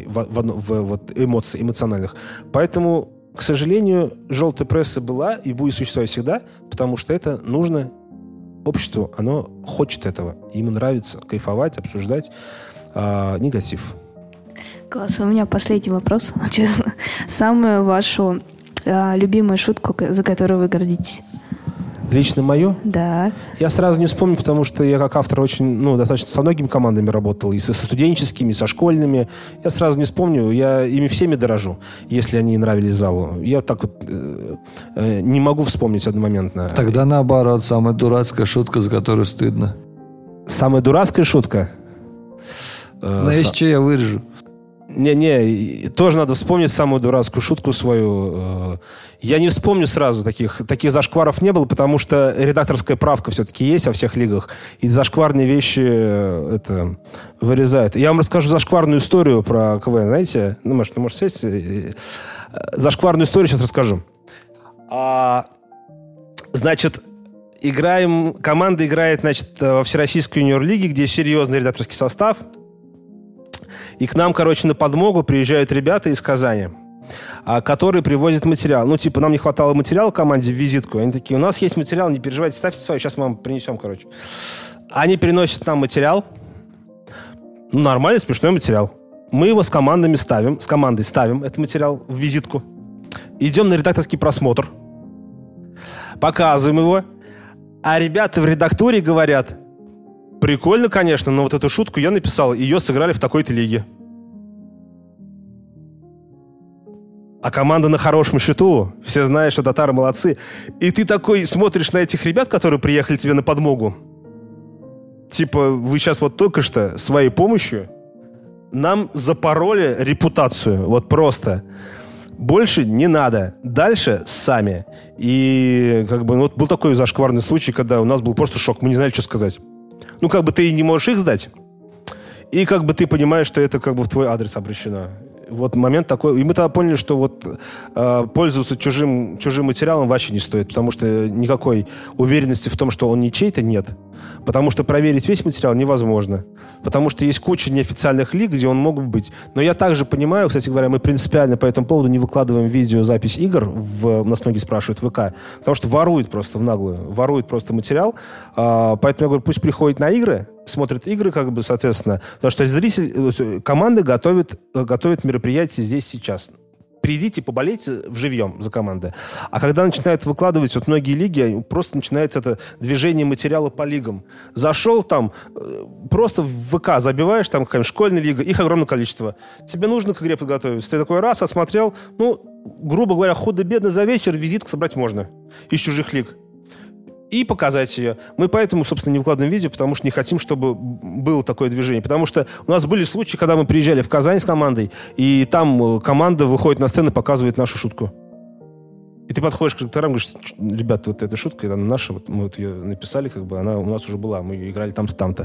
вот эмоций, эмоциональных. Поэтому, к сожалению, желтая пресса была и будет существовать всегда, потому что это нужно обществу. Оно хочет этого. Ему нравится кайфовать, обсуждать негатив. Класс. У меня последний вопрос, честно. Самую вашу любимую шутку, за которую вы гордитесь? Лично мою? Да. Я сразу не вспомню, потому что я как автор очень, достаточно со многими командами работал, и со студенческими, и со школьными. Я сразу не вспомню, я ими всеми дорожу, если они нравились залу. Я так вот не могу вспомнить одномоментно. Тогда наоборот, самая дурацкая шутка, за которую стыдно. Самая дурацкая шутка? Знаешь, что я вырежу? Не, тоже надо вспомнить самую дурацкую шутку свою. Я не вспомню сразу таких зашкваров не было, потому что редакторская правка все-таки есть во всех лигах, и зашкварные вещи это вырезают. Я вам расскажу зашкварную историю про КВН, знаете? Ну, может, сесть? Зашкварную историю сейчас расскажу. Значит, команда играет, во Всероссийской юниор-лиге, где серьезный редакторский состав. И к нам, на подмогу приезжают ребята из Казани, которые привозят материал. Нам не хватало материала в команде в визитку. Они такие, у нас есть материал, не переживайте, ставьте свой, сейчас мы вам принесем, Они приносят нам материал. Нормальный, смешной материал. Мы его с командой ставим этот материал в визитку. Идем на редакторский просмотр. Показываем его. А ребята в редактуре говорят... Прикольно, конечно, но вот эту шутку я написал, ее сыграли в такой-то лиге. А команда на хорошем счету, все знают, что татары молодцы. И ты такой смотришь на этих ребят, которые приехали тебе на подмогу. Типа, вы сейчас вот только что своей помощью нам запороли репутацию. Вот просто. Больше не надо. Дальше сами. И был такой зашкварный случай, когда у нас был просто шок. Мы не знали, что сказать. Ты не можешь их сдать, и ты понимаешь, что это в твой адрес обращено. Вот момент такой. И мы тогда поняли, что пользоваться чужим материалом вообще не стоит, потому что никакой уверенности в том, что он не чей-то, нет. Потому что проверить весь материал невозможно. Потому что есть куча неофициальных лиг, где он мог быть. Но я также понимаю, кстати говоря, мы принципиально по этому поводу не выкладываем видеозапись игр, нас многие спрашивают, в ВК, потому что воруют просто в наглую, воруют просто материал. Поэтому я говорю, пусть приходят на игры, смотрят игры, соответственно, потому что команды готовят мероприятия здесь сейчас. Придите, поболейте вживьем за команды. А когда начинают выкладывать многие лиги, просто начинается это движение материала по лигам. Зашел просто в ВК забиваешь, какая-нибудь школьная лига, их огромное количество. Тебе нужно к игре подготовиться. Ты такой раз осмотрел, грубо говоря, худо-бедно за вечер визитку собрать можно из чужих лиг. И показать ее. Мы поэтому, собственно, не выкладываем видео, потому что не хотим, чтобы было такое движение. Потому что у нас были случаи, когда мы приезжали в Казань с командой, и там команда выходит на сцену и показывает нашу шутку. И ты подходишь к редакторам и говоришь, ребят, вот эта шутка, это наша, мы ее написали, она у нас уже была, мы ее играли там-то, там-то.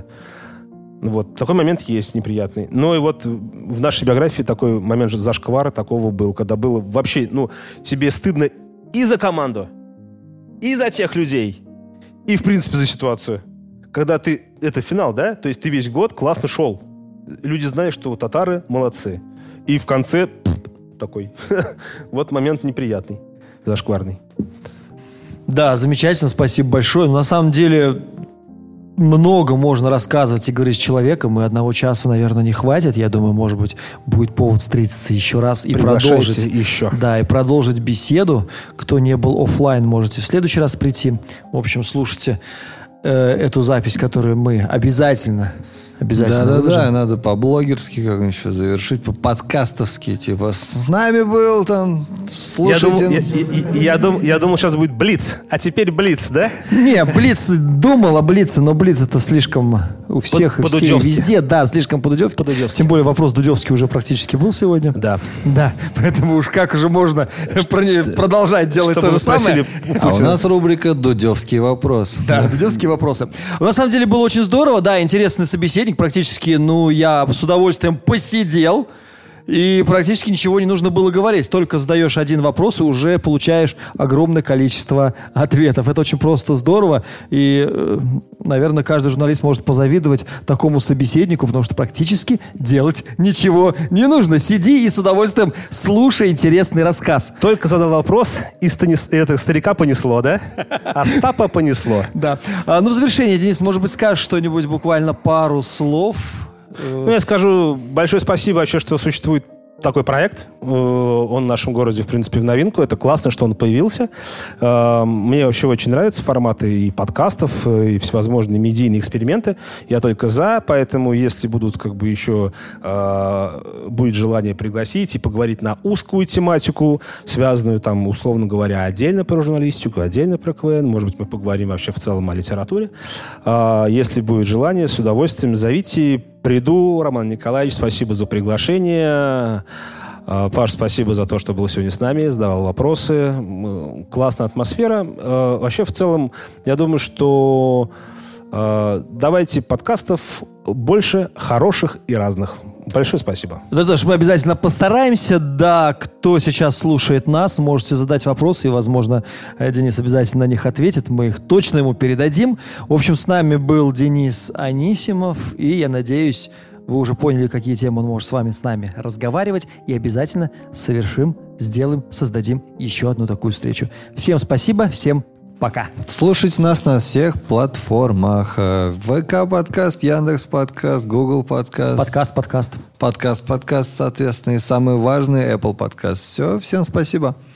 Такой момент есть неприятный. Но и в нашей биографии такой момент зашквара такого был, когда было вообще, тебе стыдно и за команду, и за тех людей, и, в принципе, за ситуацию. Когда это финал, да? То есть ты весь год классно шел. Люди знают, что татары молодцы. И в конце такой. Вот момент неприятный, зашкварный. Да, замечательно, спасибо большое. Но на самом деле много можно рассказывать и говорить с человеком, и 1 часа, наверное, не хватит. Я думаю, может быть, будет повод встретиться еще раз и продолжить. Еще. Да, и продолжить беседу. Кто не был офлайн, можете в следующий раз прийти. В общем, слушайте эту запись, которую мы обязательно Да, надо по-блогерски как-нибудь еще завершить, по-подкастовски, типа, с нами был там, слушайте. Я думал, сейчас будет блиц, а теперь блиц, да? Не, блиц, думал о блице, но блиц это слишком у всех и все, везде, да, слишком по-дудевски. Тем более вопрос Дудевский уже практически был сегодня. Да. Да, поэтому уж как уже можно продолжать делать то же самое. А у нас рубрика «Дудевский вопрос». Да, Дудевские вопросы. На самом деле было очень здорово, да, интересный собеседник. Практически, я с удовольствием посидел, и практически ничего не нужно было говорить. Только задаешь один вопрос, и уже получаешь огромное количество ответов. Это очень просто здорово, и, наверное, каждый журналист может позавидовать такому собеседнику, потому что практически делать ничего не нужно. Сиди и с удовольствием слушай интересный рассказ. Только задал вопрос, и старика понесло, да? Остапа понесло. Да. В завершение, Денис, может быть, скажешь что-нибудь, буквально пару слов? Я скажу большое спасибо вообще, что существует такой проект. Он в нашем городе, в принципе, в новинку. Это классно, что он появился. Мне вообще очень нравятся форматы и подкастов, и всевозможные медийные эксперименты. Я только за, поэтому если будут еще будет желание пригласить и поговорить на узкую тематику, связанную там, условно говоря, отдельно про журналистику, отдельно про КВН, может быть, мы поговорим вообще в целом о литературе. Если будет желание, с удовольствием зовите. Приду. Роман Николаевич, спасибо за приглашение. Паш, спасибо за то, что был сегодня с нами, задавал вопросы. Классная атмосфера. Вообще, в целом, я думаю, что давайте подкастов больше, хороших и разных. Большое спасибо. Да, мы обязательно постараемся. Да, кто сейчас слушает нас, можете задать вопросы, и, возможно, Денис обязательно на них ответит. Мы их точно ему передадим. В общем, с нами был Денис Анисимов, и я надеюсь, вы уже поняли, какие темы он может с нами разговаривать, и обязательно сделаем, создадим еще одну такую встречу. Всем спасибо, всем пока. Слушайте нас на всех платформах. ВК подкаст, Яндекс подкаст, Google подкаст. Подкаст, соответственно, и самый важный Apple подкаст. Все, всем спасибо.